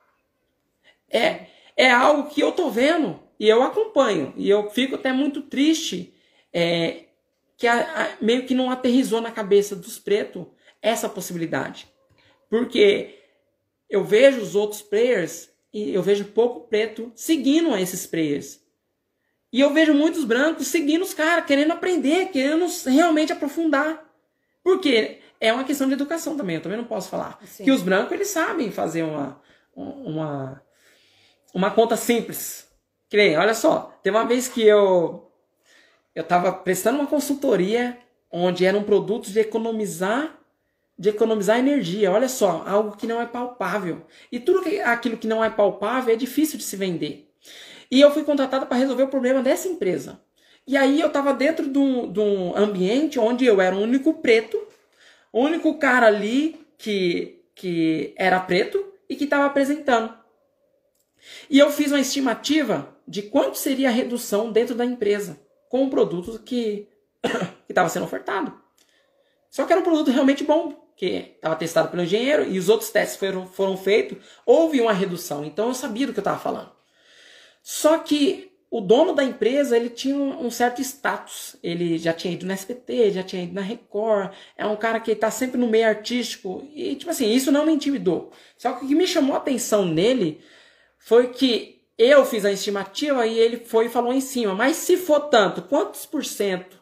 É algo que eu tô vendo e eu acompanho. E eu fico até muito triste que meio que não aterrissou na cabeça dos pretos essa possibilidade. Porque eu vejo os outros players e eu vejo pouco preto seguindo esses players. E eu vejo muitos brancos seguindo os caras, querendo aprender, querendo realmente aprofundar. Porque é uma questão de educação também, eu também não posso falar. Sim. Que os brancos, eles sabem fazer uma conta simples. Que nem, olha só, teve uma vez que eu estava prestando uma consultoria onde eram produtos de economizar energia. Olha só, algo que não é palpável. E tudo aquilo que não é palpável é difícil de se vender. E eu fui contratado para resolver o problema dessa empresa. E aí eu estava dentro de um ambiente onde eu era o único preto, o único cara ali que era preto e que estava apresentando. E eu fiz uma estimativa de quanto seria a redução dentro da empresa com o produto que estava sendo ofertado. Só que era um produto realmente bom, que estava testado pelo engenheiro e os outros testes foram feitos, houve uma redução. Então eu sabia do que eu estava falando. Só que o dono da empresa, ele tinha um certo status. Ele já tinha ido na SBT, já tinha ido na Record. É um cara que está sempre no meio artístico. E, tipo assim, isso não me intimidou. Só que o que me chamou a atenção nele foi que eu fiz a estimativa e ele foi e falou em cima. Mas se for tanto, quantos por cento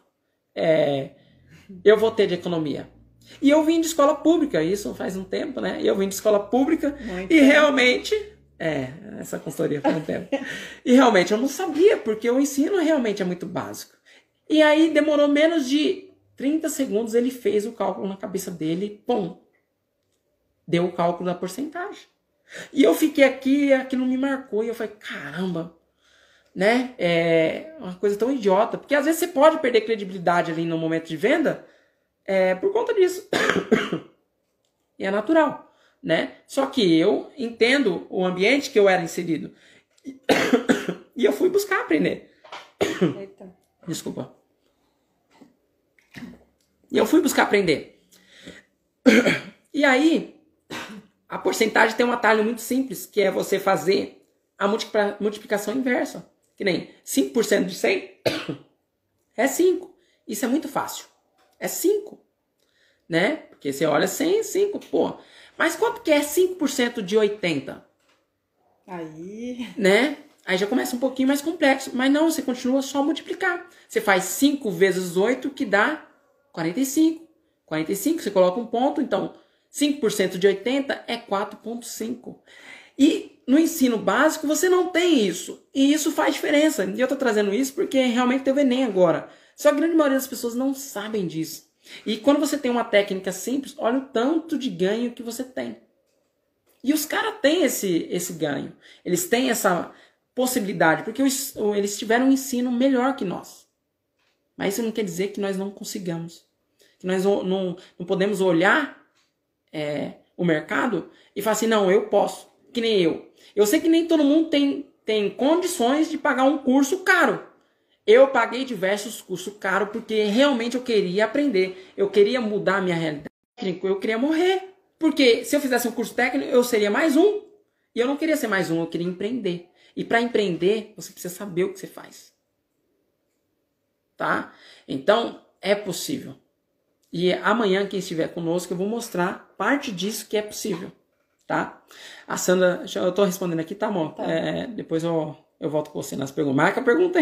eu vou ter de economia? E eu vim de escola pública, isso faz um tempo, né? Eu vim de escola pública e realmente... essa consultoria faz um tempo. E realmente eu não sabia, porque o ensino realmente é muito básico. E aí demorou menos de 30 segundos, ele fez o cálculo na cabeça dele, pum, deu o cálculo da porcentagem. E eu fiquei aqui, aquilo me marcou, e eu falei, caramba, né? É uma coisa tão idiota, porque às vezes você pode perder credibilidade ali no momento de venda por conta disso. E é natural. Né? Só que eu entendo o ambiente que eu era inserido. E eu fui buscar aprender. Eita. Desculpa. E eu fui buscar aprender. E aí, a porcentagem tem um atalho muito simples, que é você fazer a multiplicação inversa. Que nem 5% de 100 é 5. Isso é muito fácil. É 5. Né? Porque você olha 100 é 5. Pô. Mas quanto que é 5% de 80? Aí... Né? Aí já começa um pouquinho mais complexo. Mas não, você continua só multiplicar. Você faz 5 vezes 8, que dá 45. 45, você coloca um ponto. Então, 5% de 80 é 4,5. E no ensino básico, você não tem isso. E isso faz diferença. E eu tô trazendo isso porque realmente teve o Enem agora. Só que a grande maioria das pessoas não sabem disso. E quando você tem uma técnica simples, olha o tanto de ganho que você tem. E os caras têm esse ganho. Eles têm essa possibilidade, porque eles tiveram um ensino melhor que nós. Mas isso não quer dizer que nós não consigamos. Que nós não podemos olhar o mercado e falar assim, não, eu posso. Que nem eu. Eu sei que nem todo mundo tem condições de pagar um curso caro. Eu paguei diversos cursos caros porque realmente eu queria aprender. Eu queria mudar a minha realidade. Eu queria morrer. Porque se eu fizesse um curso técnico, eu seria mais um. E eu não queria ser mais um, eu queria empreender. E para empreender, você precisa saber o que você faz. Tá? Então, é possível. E amanhã, quem estiver conosco, eu vou mostrar parte disso que é possível. Tá? A Sandra, eu tô respondendo aqui, tá bom? Tá. Depois eu volto com você nas perguntas. Marca a pergunta aí.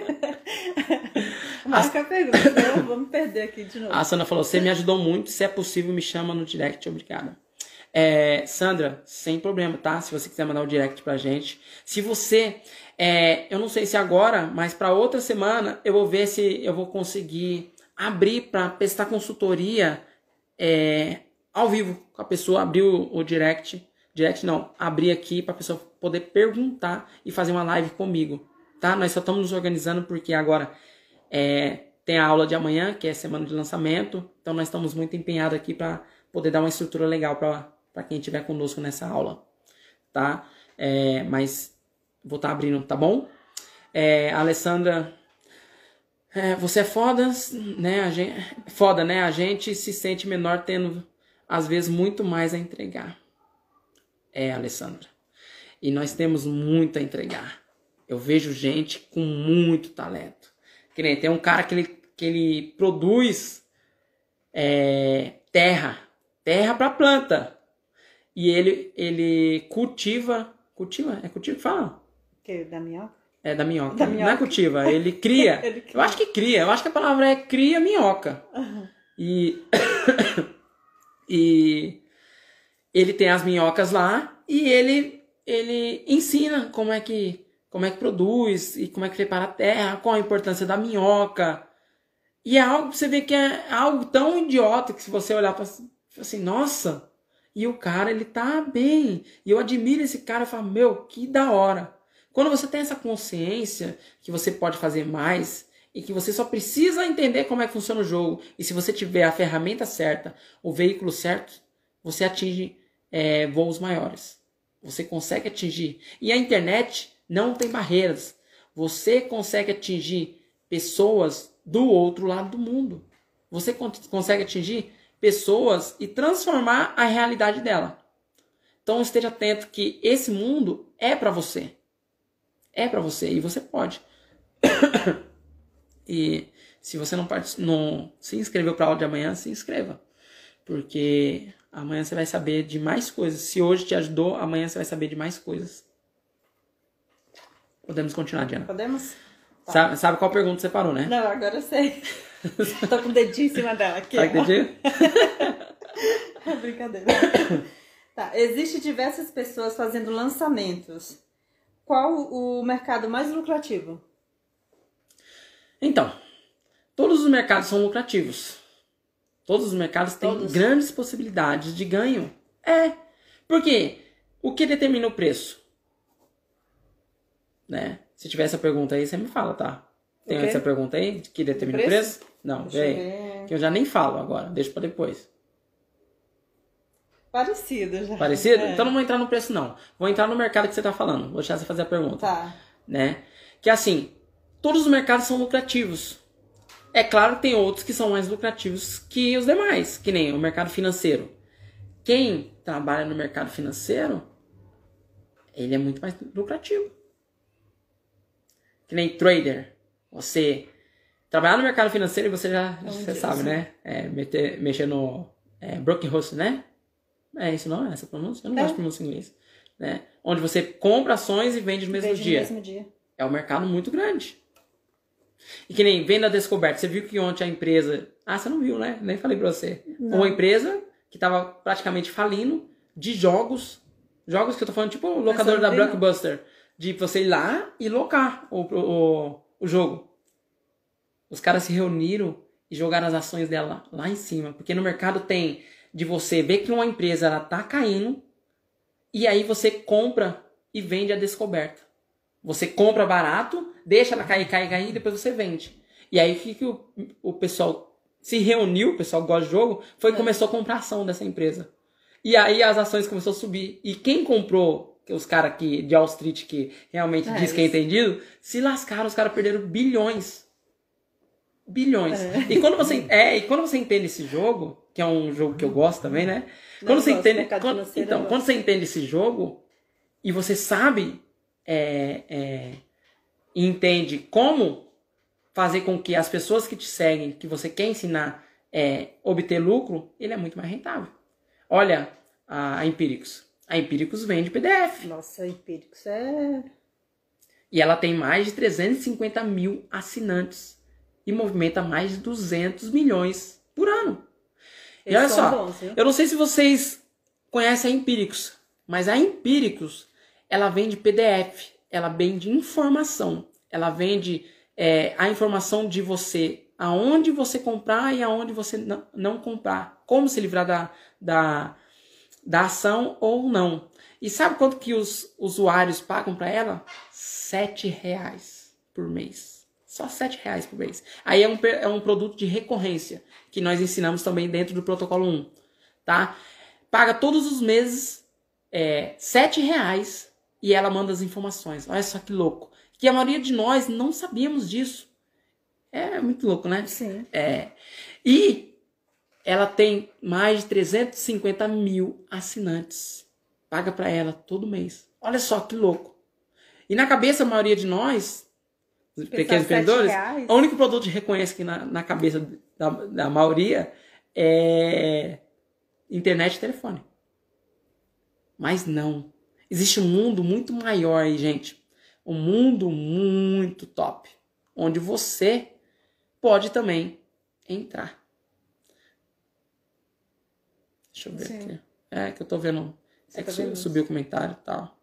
Marca a pergunta, então vamos perder aqui de novo. A Sandra falou, você me ajudou muito, se é possível me chama no direct, obrigada. Sandra, sem problema, tá? Se você quiser mandar o direct pra gente. Se você, eu não sei se agora, mas pra outra semana, eu vou ver se eu vou conseguir abrir para prestar consultoria ao vivo com a pessoa, abrir o direct não, abrir aqui para a pessoa poder perguntar e fazer uma live comigo, tá? Nós só estamos nos organizando porque agora tem a aula de amanhã, que é semana de lançamento, então nós estamos muito empenhados aqui para poder dar uma estrutura legal para quem estiver conosco nessa aula, tá? Mas vou estar abrindo, tá bom? Alessandra, você é foda, né? Foda, né? A gente se sente menor tendo, às vezes, muito mais a entregar. Alessandra. E nós temos muito a entregar. Eu vejo gente com muito talento. Que nem tem um cara que ele produz terra para planta. E ele cultiva. É cultiva que fala? Que da minhoca? Da minhoca. Não é cultiva, ele cria. Eu acho que cria. Eu acho que a palavra é cria minhoca. Uhum. E ele tem as minhocas lá e ele ensina como é que produz e como é que prepara a terra, qual a importância da minhoca. E é algo, você vê que é algo tão idiota que se você olhar para assim, nossa, e o cara, ele tá bem. E eu admiro esse cara e falo, meu, que da hora. Quando você tem essa consciência que você pode fazer mais e que você só precisa entender como é que funciona o jogo, e se você tiver a ferramenta certa, o veículo certo, você atinge voos maiores. Você consegue atingir. E a internet não tem barreiras. Você consegue atingir pessoas do outro lado do mundo. Você consegue atingir pessoas e transformar a realidade dela. Então esteja atento que esse mundo é para você. É para você e você pode. E se você não se inscreveu para a aula de amanhã, se inscreva. Porque amanhã você vai saber de mais coisas. Se hoje te ajudou, amanhã você vai saber de mais coisas. Podemos continuar, Diana? Podemos? Tá. Sabe qual pergunta você parou, né? Não, agora eu sei. Tô com o dedinho em cima dela aqui. Tá com o dedinho? Brincadeira. Tá. Existem diversas pessoas fazendo lançamentos. Qual o mercado mais lucrativo? Então, todos os mercados são lucrativos. Todos os mercados têm grandes possibilidades de ganho. Por quê? O que determina o preço? Né? Se tiver essa pergunta aí, você me fala, tá? Tem essa pergunta aí que determina o preço? Não, vem. Que eu já nem falo agora, deixa pra depois. Parecido já. Parecido? Então não vou entrar no preço, não. Vou entrar no mercado que você tá falando. Vou deixar você fazer a pergunta. Tá. Né? Que assim, todos os mercados são lucrativos. É claro que tem outros que são mais lucrativos que os demais, que nem o mercado financeiro. Quem trabalha no mercado financeiro, ele é muito mais lucrativo. Que nem trader. Você trabalhar no mercado financeiro, você sabe, né? Mexer no brokerage, né? É isso não? É essa pronúncia? Eu não gosto de pronúncia em inglês. Né? Onde você compra ações e vende no mesmo dia. É um mercado muito grande. E que nem venda descoberta. Você viu que ontem a empresa... você não viu, né? Nem falei pra você. Não. Uma empresa que tava praticamente falindo de jogos. Jogos que eu tô falando, tipo o locador da Blockbuster. De você ir lá e locar o jogo. Os caras se reuniram e jogaram as ações dela lá em cima. Porque no mercado tem de você ver que uma empresa ela tá caindo e aí você compra e vende a descoberta. Você compra barato, deixa ela cair e depois você vende. E aí que o pessoal se reuniu, o pessoal que gosta de jogo, foi e começou a comprar ação dessa empresa. E aí as ações começaram a subir. E quem comprou, os caras de Wall Street que realmente diz que é entendido, se lascaram, os caras perderam bilhões. Bilhões. E quando você entende esse jogo, que é um jogo que eu gosto também, né? Quando você entende esse jogo e você sabe e entende como fazer com que as pessoas que te seguem, que você quer ensinar, obter lucro, ele é muito mais rentável. Olha a Empíricos. A Empíricos vende PDF. Nossa, a Empíricos E ela tem mais de 350 mil assinantes. E movimenta mais de 200 milhões por ano. E olha só, eu não sei se vocês conhecem a Empíricos, mas a Empíricos, ela vende PDF, ela vende informação, ela vende a informação de você aonde você comprar e aonde você não comprar. Como se livrar da ação ou não. E sabe quanto que os usuários pagam para ela? R$7 por mês. Só R$7 por mês. Aí é um produto de recorrência, que nós ensinamos também dentro do protocolo 1. Tá? Paga todos os meses R$7 e ela manda as informações. Olha só que louco. Que a maioria de nós não sabíamos disso. É muito louco, né? Sim. E ela tem mais de 350 mil assinantes. Paga para ela todo mês. Olha só que louco. E na cabeça, a maioria de nós, pequenos empreendedores, o único produto de reconhece que na cabeça da maioria é internet e telefone. Mas não. Existe um mundo muito maior aí, gente. Um mundo muito top. Onde você pode também entrar. Deixa eu ver aqui. Que eu tô vendo. Subiu o comentário e tal.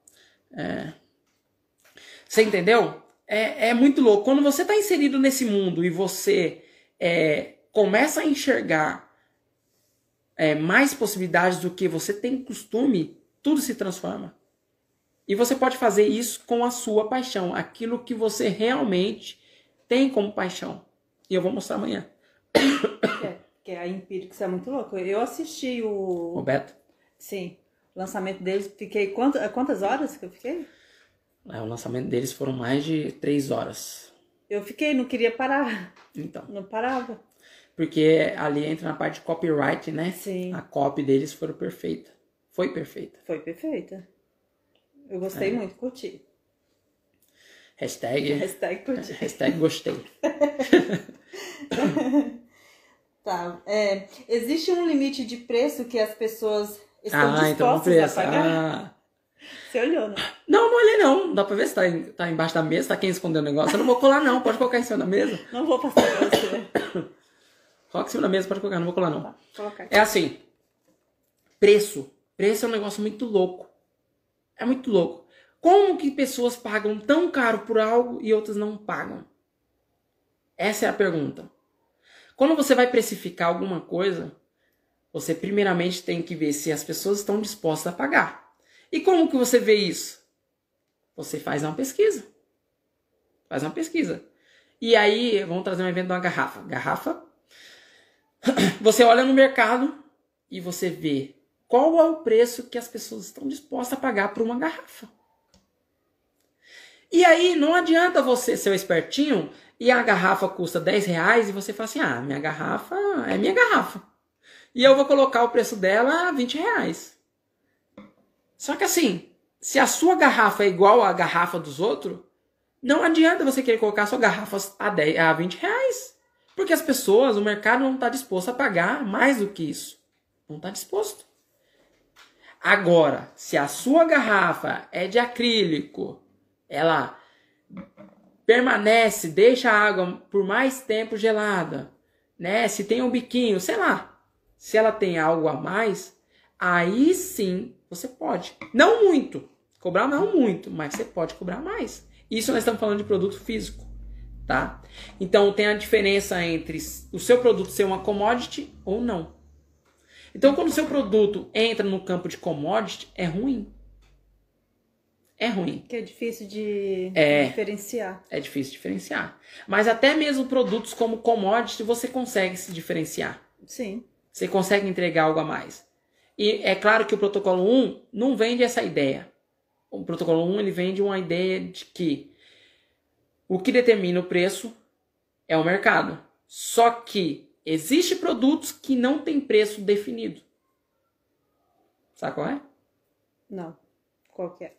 Você entendeu? É muito louco. Quando você está inserido nesse mundo e você começa a enxergar mais possibilidades do que você tem costume, tudo se transforma. E você pode fazer isso com a sua paixão. Aquilo que você realmente tem como paixão. E eu vou mostrar amanhã. Que a Empíricos é muito louco. Eu assisti o Beto? Sim. O lançamento deles, fiquei... Quantas horas que eu fiquei? O lançamento deles foram mais de 3 horas. Eu fiquei, não queria parar. Então. Não parava. Porque ali entra na parte de copyright, né? Sim. A copy deles foi perfeita. Foi perfeita. Eu gostei muito, curti. Hashtag curti. Hashtag gostei. Tá. Existe um limite de preço que as pessoas estão dispostas a pagar? Você olhou, né? Não olhei não. Dá pra ver se tá embaixo da mesa, tá quem escondeu o negócio. Eu não vou colar não, pode colocar em cima da mesa. Não vou passar pra você. Coloca em cima da mesa, pode colocar, não vou colar não. Tá, colocar aqui. É assim, preço é um negócio muito louco. É muito louco. Como que pessoas pagam tão caro por algo e outras não pagam? Essa é a pergunta. Quando você vai precificar alguma coisa, você primeiramente tem que ver se as pessoas estão dispostas a pagar. E como que você vê isso? Você faz uma pesquisa. E aí, vamos trazer um evento de uma garrafa. Você olha no mercado e você vê qual é o preço que as pessoas estão dispostas a pagar por uma garrafa. E aí, não adianta você ser espertinho e a garrafa custa R$10 e você fala assim, minha garrafa é minha garrafa. E eu vou colocar o preço dela a R$20. Só que assim, se a sua garrafa é igual à garrafa dos outros, não adianta você querer colocar a sua garrafa a R$20. Porque as pessoas, o mercado não está disposto a pagar mais do que isso. Não está disposto. Agora, se a sua garrafa é de acrílico, ela permanece, deixa a água por mais tempo gelada, né? Se tem um biquinho, sei lá, se ela tem algo a mais, aí sim você pode. Não muito, cobrar não muito, mas você pode cobrar mais. Isso nós estamos falando de produto físico, tá? Então tem a diferença entre o seu produto ser uma commodity ou não. Então quando o seu produto entra no campo de commodity, é ruim. É ruim. Que é difícil de diferenciar. É difícil de diferenciar. Mas até mesmo produtos como commodity você consegue se diferenciar. Sim. Você consegue entregar algo a mais. E é claro que o protocolo 1 não vende essa ideia. O protocolo 1 ele vende uma ideia de que o que determina o preço é o mercado. Só que existem produtos que não têm preço definido. Sabe qual é? Não. Qual que é?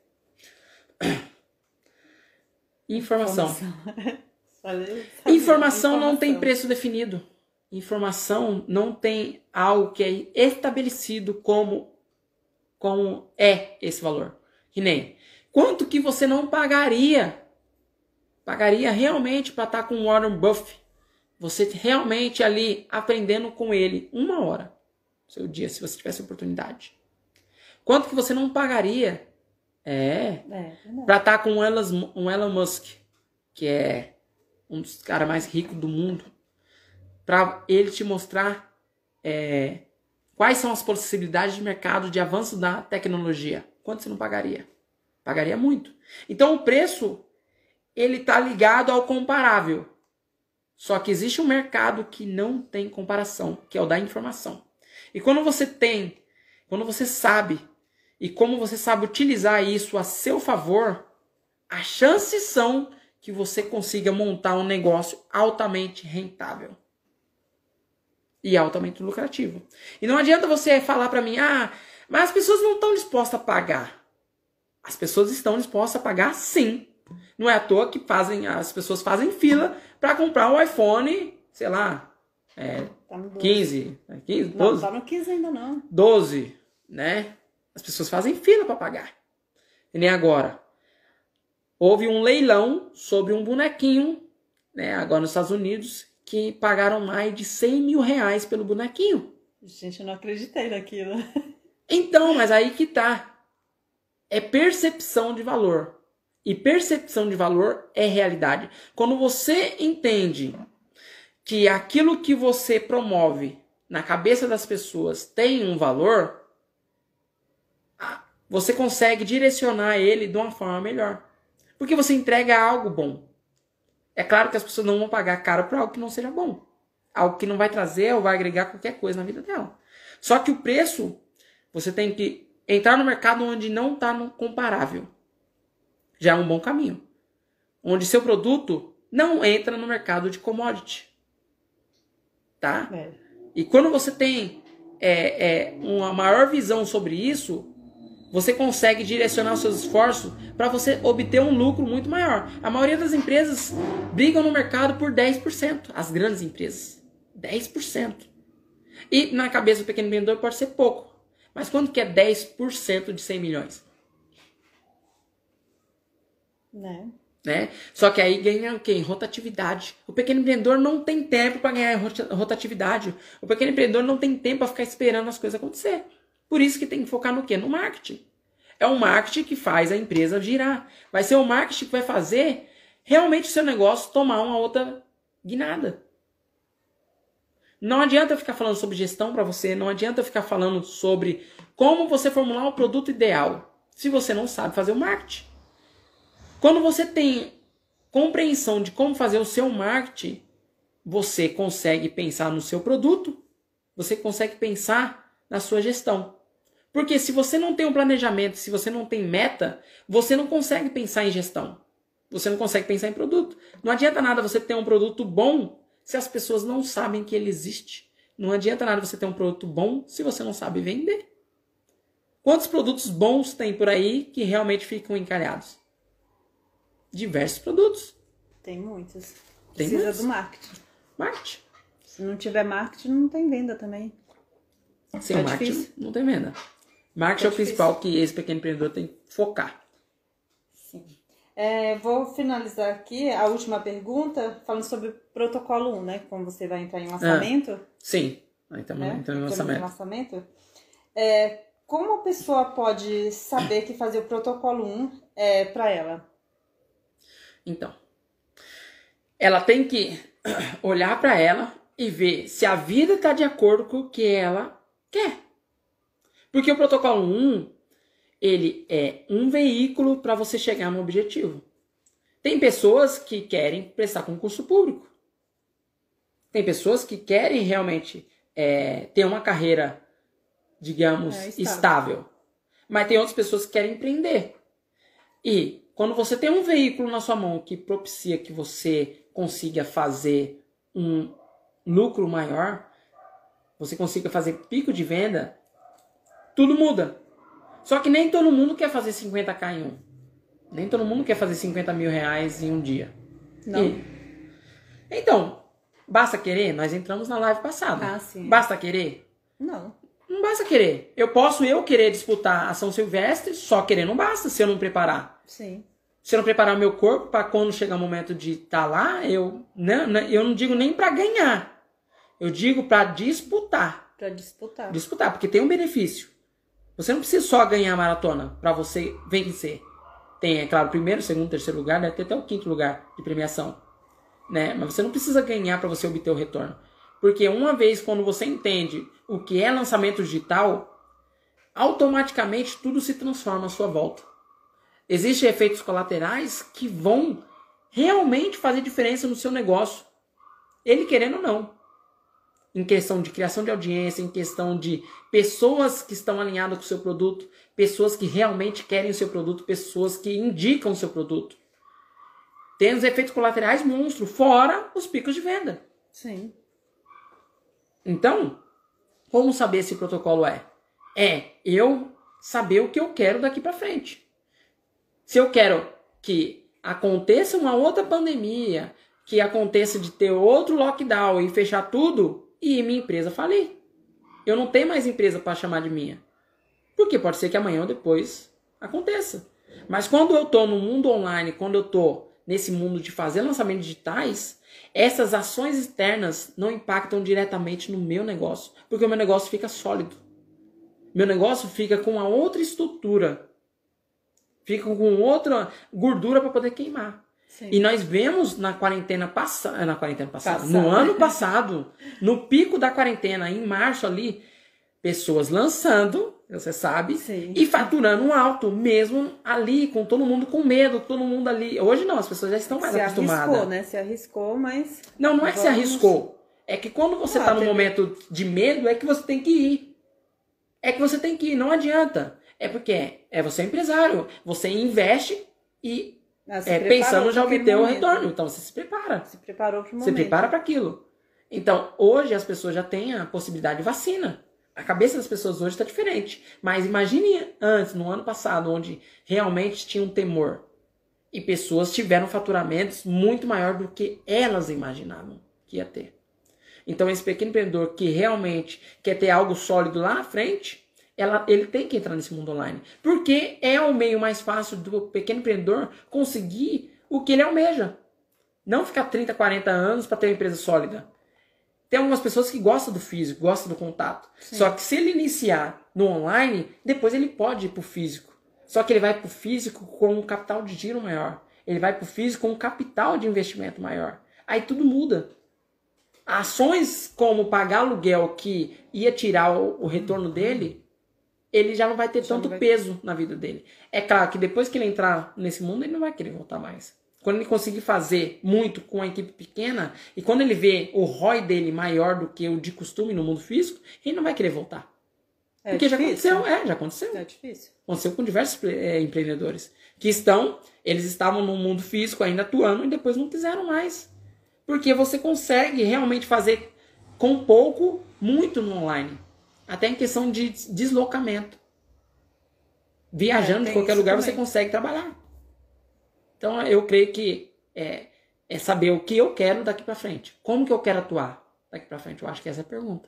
Informação. Informação não tem preço definido. Informação não tem algo que é estabelecido como é esse valor. Que nem quanto que você não pagaria realmente para estar com o Warren Buffett. Você realmente ali aprendendo com ele 1 hora no seu dia, se você tivesse oportunidade. Quanto que você não pagaria para estar com um Elon Musk, que é um dos caras mais ricos do mundo, para ele te mostrar quais são as possibilidades de mercado de avanço da tecnologia. Quanto você não pagaria? Pagaria muito. Então o preço, ele está ligado ao comparável. Só que existe um mercado que não tem comparação, que é o da informação. E quando você sabe, e como você sabe utilizar isso a seu favor, as chances são que você consiga montar um negócio altamente rentável. E altamente lucrativo. E não adianta você falar para mim, mas as pessoas não estão dispostas a pagar. As pessoas estão dispostas a pagar sim. Não é à toa que as pessoas fazem fila para comprar um iPhone, sei lá, tá no 15, 12? Não, tá no 15 ainda não. 12, né? As pessoas fazem fila para pagar. E nem agora. Houve um leilão sobre um bonequinho, né, agora nos Estados Unidos, que pagaram mais de 100 mil reais pelo bonequinho. Gente, eu não acreditei naquilo. Então, mas aí que tá. É percepção de valor. E percepção de valor é realidade. Quando você entende que aquilo que você promove na cabeça das pessoas tem um valor, você consegue direcionar ele de uma forma melhor. Porque você entrega algo bom. É claro que as pessoas não vão pagar caro por algo que não seja bom. Algo que não vai trazer ou vai agregar qualquer coisa na vida dela. Só que o preço, você tem que entrar no mercado onde não está no comparável. Já é um bom caminho. Onde seu produto não entra no mercado de commodity. Tá? E quando você tem uma maior visão sobre isso, você consegue direcionar os seus esforços para você obter um lucro muito maior. A maioria das empresas brigam no mercado por 10%. As grandes empresas. 10%. E na cabeça do pequeno empreendedor pode ser pouco. Mas quanto que é 10% de 100 milhões? Né? Só que aí ganha o quê? Em rotatividade. O pequeno empreendedor não tem tempo para ganhar rotatividade. O pequeno empreendedor não tem tempo para ficar esperando as coisas acontecer. Por isso que tem que focar no quê? No marketing. É o marketing que faz a empresa girar. Vai ser o marketing que vai fazer realmente o seu negócio tomar uma outra guinada. Não adianta eu ficar falando sobre gestão para você, não adianta eu ficar falando sobre como você formular o produto ideal, se você não sabe fazer o marketing. Quando você tem compreensão de como fazer o seu marketing, você consegue pensar no seu produto, você consegue pensar na sua gestão. Porque se você não tem um planejamento, se você não tem meta, você não consegue pensar em gestão. Você não consegue pensar em produto. Não adianta nada você ter um produto bom se as pessoas não sabem que ele existe. Não adianta nada você ter um produto bom se você não sabe vender. Quantos produtos bons tem por aí que realmente ficam encalhados? Diversos produtos. Tem muitos. Tem Precisa muitos. do marketing. Marketing. Se não tiver marketing, não tem venda também. Sem marketing, difícil. não tem venda. Marketing é o principal que esse pequeno empreendedor tem que focar. Sim. Vou finalizar aqui a última pergunta falando sobre o protocolo 1, né? Como você vai entrar em lançamento. Sim. Então, em lançamento. Como a pessoa pode saber que fazer o protocolo 1 é para ela? Então, ela tem que olhar para ela e ver se a vida está de acordo com o que ela quer. Porque o protocolo 1, ele é um veículo para você chegar no objetivo. Tem pessoas que querem prestar concurso público. Tem pessoas que querem realmente ter uma carreira, digamos, estável. Mas tem outras pessoas que querem empreender. E quando você tem um veículo na sua mão que propicia que você consiga fazer um lucro maior, você consiga fazer pico de venda, tudo muda. Só que nem todo mundo quer fazer 50k em um. Nem todo mundo quer fazer 50 mil reais em um dia. Não. Então, basta querer? Nós entramos na live passada. Sim. Basta querer? Não. Não basta querer. Eu posso querer disputar a São Silvestre, só querer não basta se eu não preparar. Sim. Se eu não preparar meu corpo para quando chegar o momento de estar lá, eu não digo nem para ganhar. Eu digo para disputar. Para disputar. Disputar, porque tem um benefício. Você não precisa só ganhar a maratona para você vencer. Tem, é claro, primeiro, segundo, terceiro lugar, deve ter até o quinto lugar de premiação. Né? Mas você não precisa ganhar para você obter o retorno. Porque uma vez quando você entende o que é lançamento digital, automaticamente tudo se transforma à sua volta. Existem efeitos colaterais que vão realmente fazer diferença no seu negócio. Ele querendo ou não. Em questão de criação de audiência, em questão de pessoas que estão alinhadas com o seu produto, pessoas que realmente querem o seu produto, pessoas que indicam o seu produto. Tem os efeitos colaterais monstro, fora os picos de venda. Sim. Então, como saber esse protocolo é? É eu saber o que eu quero daqui para frente. Se eu quero que aconteça uma outra pandemia, que aconteça de ter outro lockdown e fechar tudo e minha empresa falir. Eu não tenho mais empresa para chamar de minha. Porque pode ser que amanhã ou depois aconteça. Mas quando eu estou no mundo online, quando eu estou nesse mundo de fazer lançamentos digitais, essas ações externas não impactam diretamente no meu negócio. Porque o meu negócio fica sólido. Meu negócio fica com uma outra estrutura. Fica com outra gordura para poder queimar. Sim. E nós vemos no ano passado, no pico da quarentena, em março ali, pessoas lançando, você sabe, Sim. e faturando um alto, mesmo ali, com todo mundo com medo, todo mundo ali. Hoje não, as pessoas já estão mais acostumadas. Se arriscou, né? Se arriscou, mas... Não é que se arriscou. É que quando você está no momento de medo, é que você tem que ir. É que você tem que ir, não adianta. É porque você é empresário, você investe e pensando já obter o retorno. Então você se prepara. Se preparou para o momento. Se prepara para aquilo. Então hoje as pessoas já têm a possibilidade de vacina. A cabeça das pessoas hoje está diferente. Mas imagine antes, no ano passado, onde realmente tinha um temor. E pessoas tiveram faturamentos muito maior do que elas imaginavam que ia ter. Então esse pequeno empreendedor que realmente quer ter algo sólido lá na frente, ele tem que entrar nesse mundo online. Porque é o meio mais fácil do pequeno empreendedor conseguir o que ele almeja. Não ficar 30, 40 anos para ter uma empresa sólida. Tem algumas pessoas que gostam do físico, gostam do contato. Sim. Só que se ele iniciar no online, depois ele pode ir para o físico. Só que ele vai para o físico com um capital de giro maior. Ele vai para o físico com um capital de investimento maior. Aí tudo muda. Ações como pagar aluguel que ia tirar o retorno dele, ele já não vai ter tanto peso na vida dele. É claro que depois que ele entrar nesse mundo, ele não vai querer voltar mais. Quando ele conseguir fazer muito com a equipe pequena, e quando ele vê o ROI dele maior do que o de costume no mundo físico, ele não vai querer voltar. Porque difícil. Já aconteceu. É difícil. Aconteceu com diversos empreendedores que eles estavam no mundo físico ainda atuando e depois não quiseram mais. Porque você consegue realmente fazer com pouco, muito no online. Até em questão de deslocamento. Viajando de qualquer lugar também. Você consegue trabalhar. Então eu creio que é saber o que eu quero daqui para frente. Como que eu quero atuar daqui para frente? Eu acho que essa é a pergunta.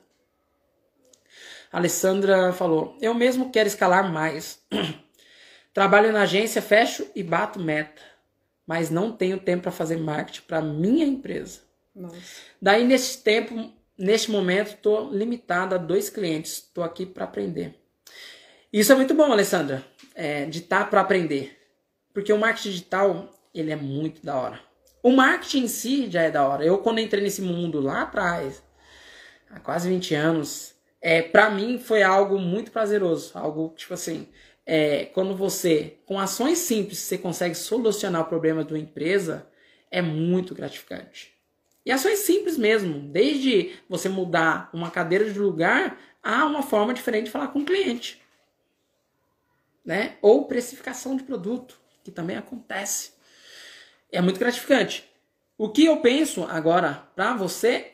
A Alessandra falou, eu mesmo quero escalar mais. Trabalho na agência, fecho e bato meta. Mas não tenho tempo para fazer marketing para minha empresa. Nossa. Daí, neste momento, estou limitada a 2 clientes. Estou aqui para aprender. Isso é muito bom, Alessandra, de estar para aprender. Porque o marketing digital, ele é muito da hora. O marketing em si já é da hora. Eu, quando entrei nesse mundo lá atrás, há quase 20 anos, para mim foi algo muito prazeroso. Algo, tipo assim... quando você, com ações simples, você consegue solucionar o problema de uma empresa, é muito gratificante. E ações simples mesmo, desde você mudar uma cadeira de lugar a uma forma diferente de falar com o cliente. Né? Ou precificação de produto, que também acontece. É muito gratificante. O que eu penso agora para você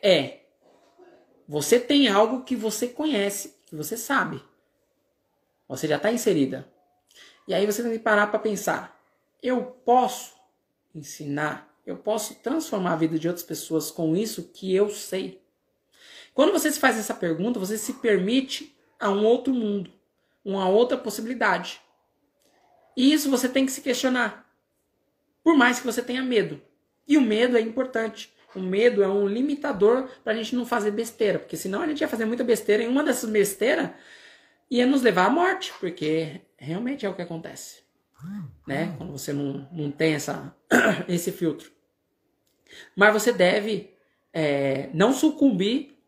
você tem algo que você conhece, que você sabe. Você já está inserida. E aí você tem que parar para pensar. Eu posso ensinar, eu posso transformar a vida de outras pessoas com isso que eu sei. Quando você se faz essa pergunta, você se permite a um outro mundo, uma outra possibilidade. E isso você tem que se questionar. Por mais que você tenha medo. E o medo é importante. O medo é um limitador para a gente não fazer besteira. Porque senão a gente ia fazer muita besteira. E uma dessas besteiras ia nos levar à morte, porque realmente é o que acontece, né? Quando você não tem esse filtro. Mas você deve não sucumbir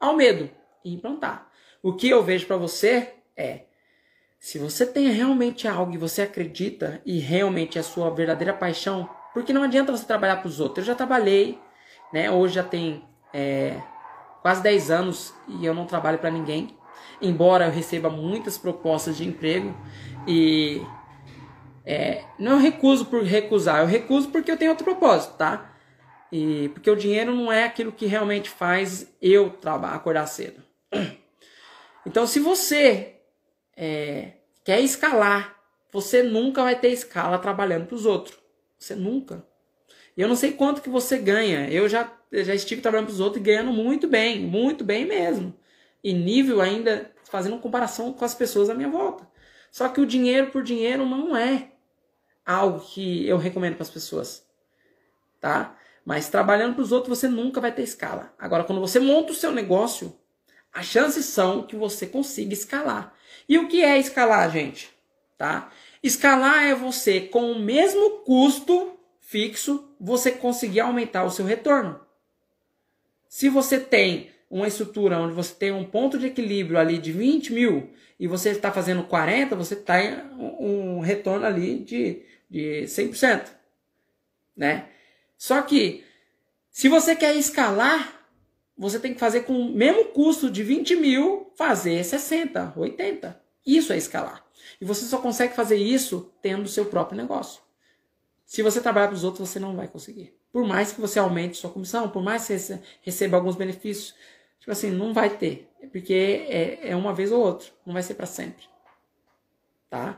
ao medo e implantar. O que eu vejo para você é, se você tem realmente algo e você acredita e realmente é a sua verdadeira paixão, porque não adianta você trabalhar para os outros. Eu já trabalhei, né? Hoje já tem quase 10 anos e eu não trabalho para ninguém. Embora eu receba muitas propostas de emprego e não recuso por recusar, eu recuso porque eu tenho outro propósito, tá? E porque o dinheiro não é aquilo que realmente faz eu acordar cedo. Então, se você quer escalar, você nunca vai ter escala trabalhando para os outros. Você nunca. E eu não sei quanto que você ganha. Eu já estive trabalhando para os outros e ganhando muito bem mesmo. E nível ainda fazendo comparação com as pessoas à minha volta. Só que o dinheiro por dinheiro não é algo que eu recomendo para as pessoas. Tá? Mas trabalhando para os outros você nunca vai ter escala. Agora, quando você monta o seu negócio, as chances são que você consiga escalar. E o que é escalar, gente? Tá? Escalar é você, com o mesmo custo fixo, você conseguir aumentar o seu retorno. Se você tem uma estrutura onde você tem um ponto de equilíbrio ali de 20 mil e você está fazendo 40, você tem um retorno ali de 100%. Né? Só que, se você quer escalar, você tem que fazer com o mesmo custo de 20 mil, fazer 60, 80. Isso é escalar. E você só consegue fazer isso tendo o seu próprio negócio. Se você trabalhar para os outros, você não vai conseguir. Por mais que você aumente sua comissão, por mais que você receba alguns benefícios, tipo assim, não vai ter. Porque é uma vez ou outra. Não vai ser para sempre. Tá?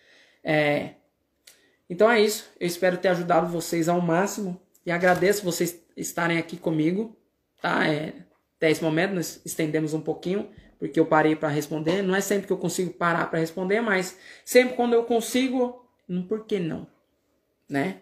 Então é isso. Eu espero ter ajudado vocês ao máximo. E agradeço vocês estarem aqui comigo. Tá? Até esse momento nós estendemos um pouquinho, porque eu parei para responder. Não é sempre que eu consigo parar para responder, mas sempre quando eu consigo, por que não? Né?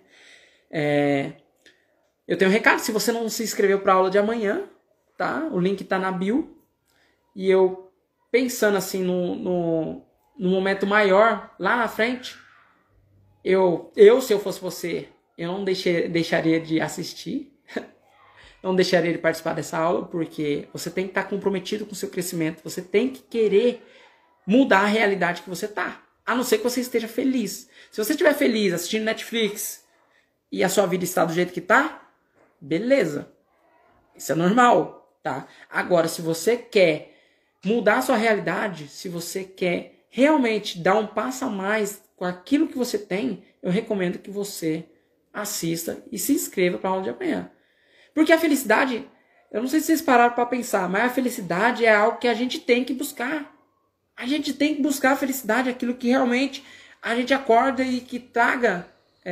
Eu tenho um recado, se você não se inscreveu para a aula de amanhã, tá? O link está na bio. E eu, pensando assim no momento maior, lá na frente, se eu fosse você, eu não deixaria de assistir, não deixaria de participar dessa aula, porque você tem que estar comprometido com o seu crescimento, você tem que querer mudar a realidade que você está, a não ser que você esteja feliz. Se você estiver feliz assistindo Netflix e a sua vida está do jeito que está, beleza, isso é normal, tá? Agora, se você quer mudar a sua realidade, se você quer realmente dar um passo a mais com aquilo que você tem, eu recomendo que você assista e se inscreva para a aula de amanhã. Porque a felicidade, eu não sei se vocês pararam para pensar, mas a felicidade é algo que a gente tem que buscar. A gente tem que buscar a felicidade, aquilo que realmente a gente acorda e que traga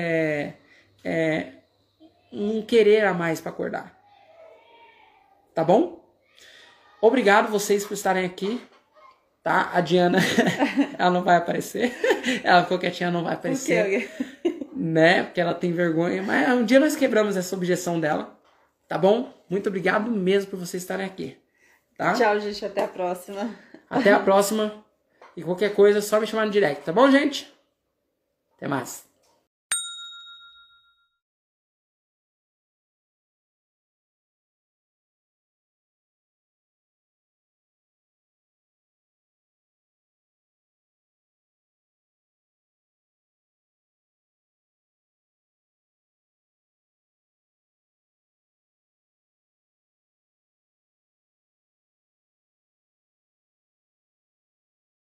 um querer a mais para acordar. Tá bom? Obrigado vocês por estarem aqui. Tá? A Diana, ela não vai aparecer. Ela ficou quietinha, não vai aparecer. Por quê? Né? Porque ela tem vergonha. Mas um dia nós quebramos essa objeção dela. Tá bom? Muito obrigado mesmo por vocês estarem aqui. Tá? Tchau, gente. Até a próxima. Até a próxima. E qualquer coisa, é só me chamar no direct. Tá bom, gente? Até mais.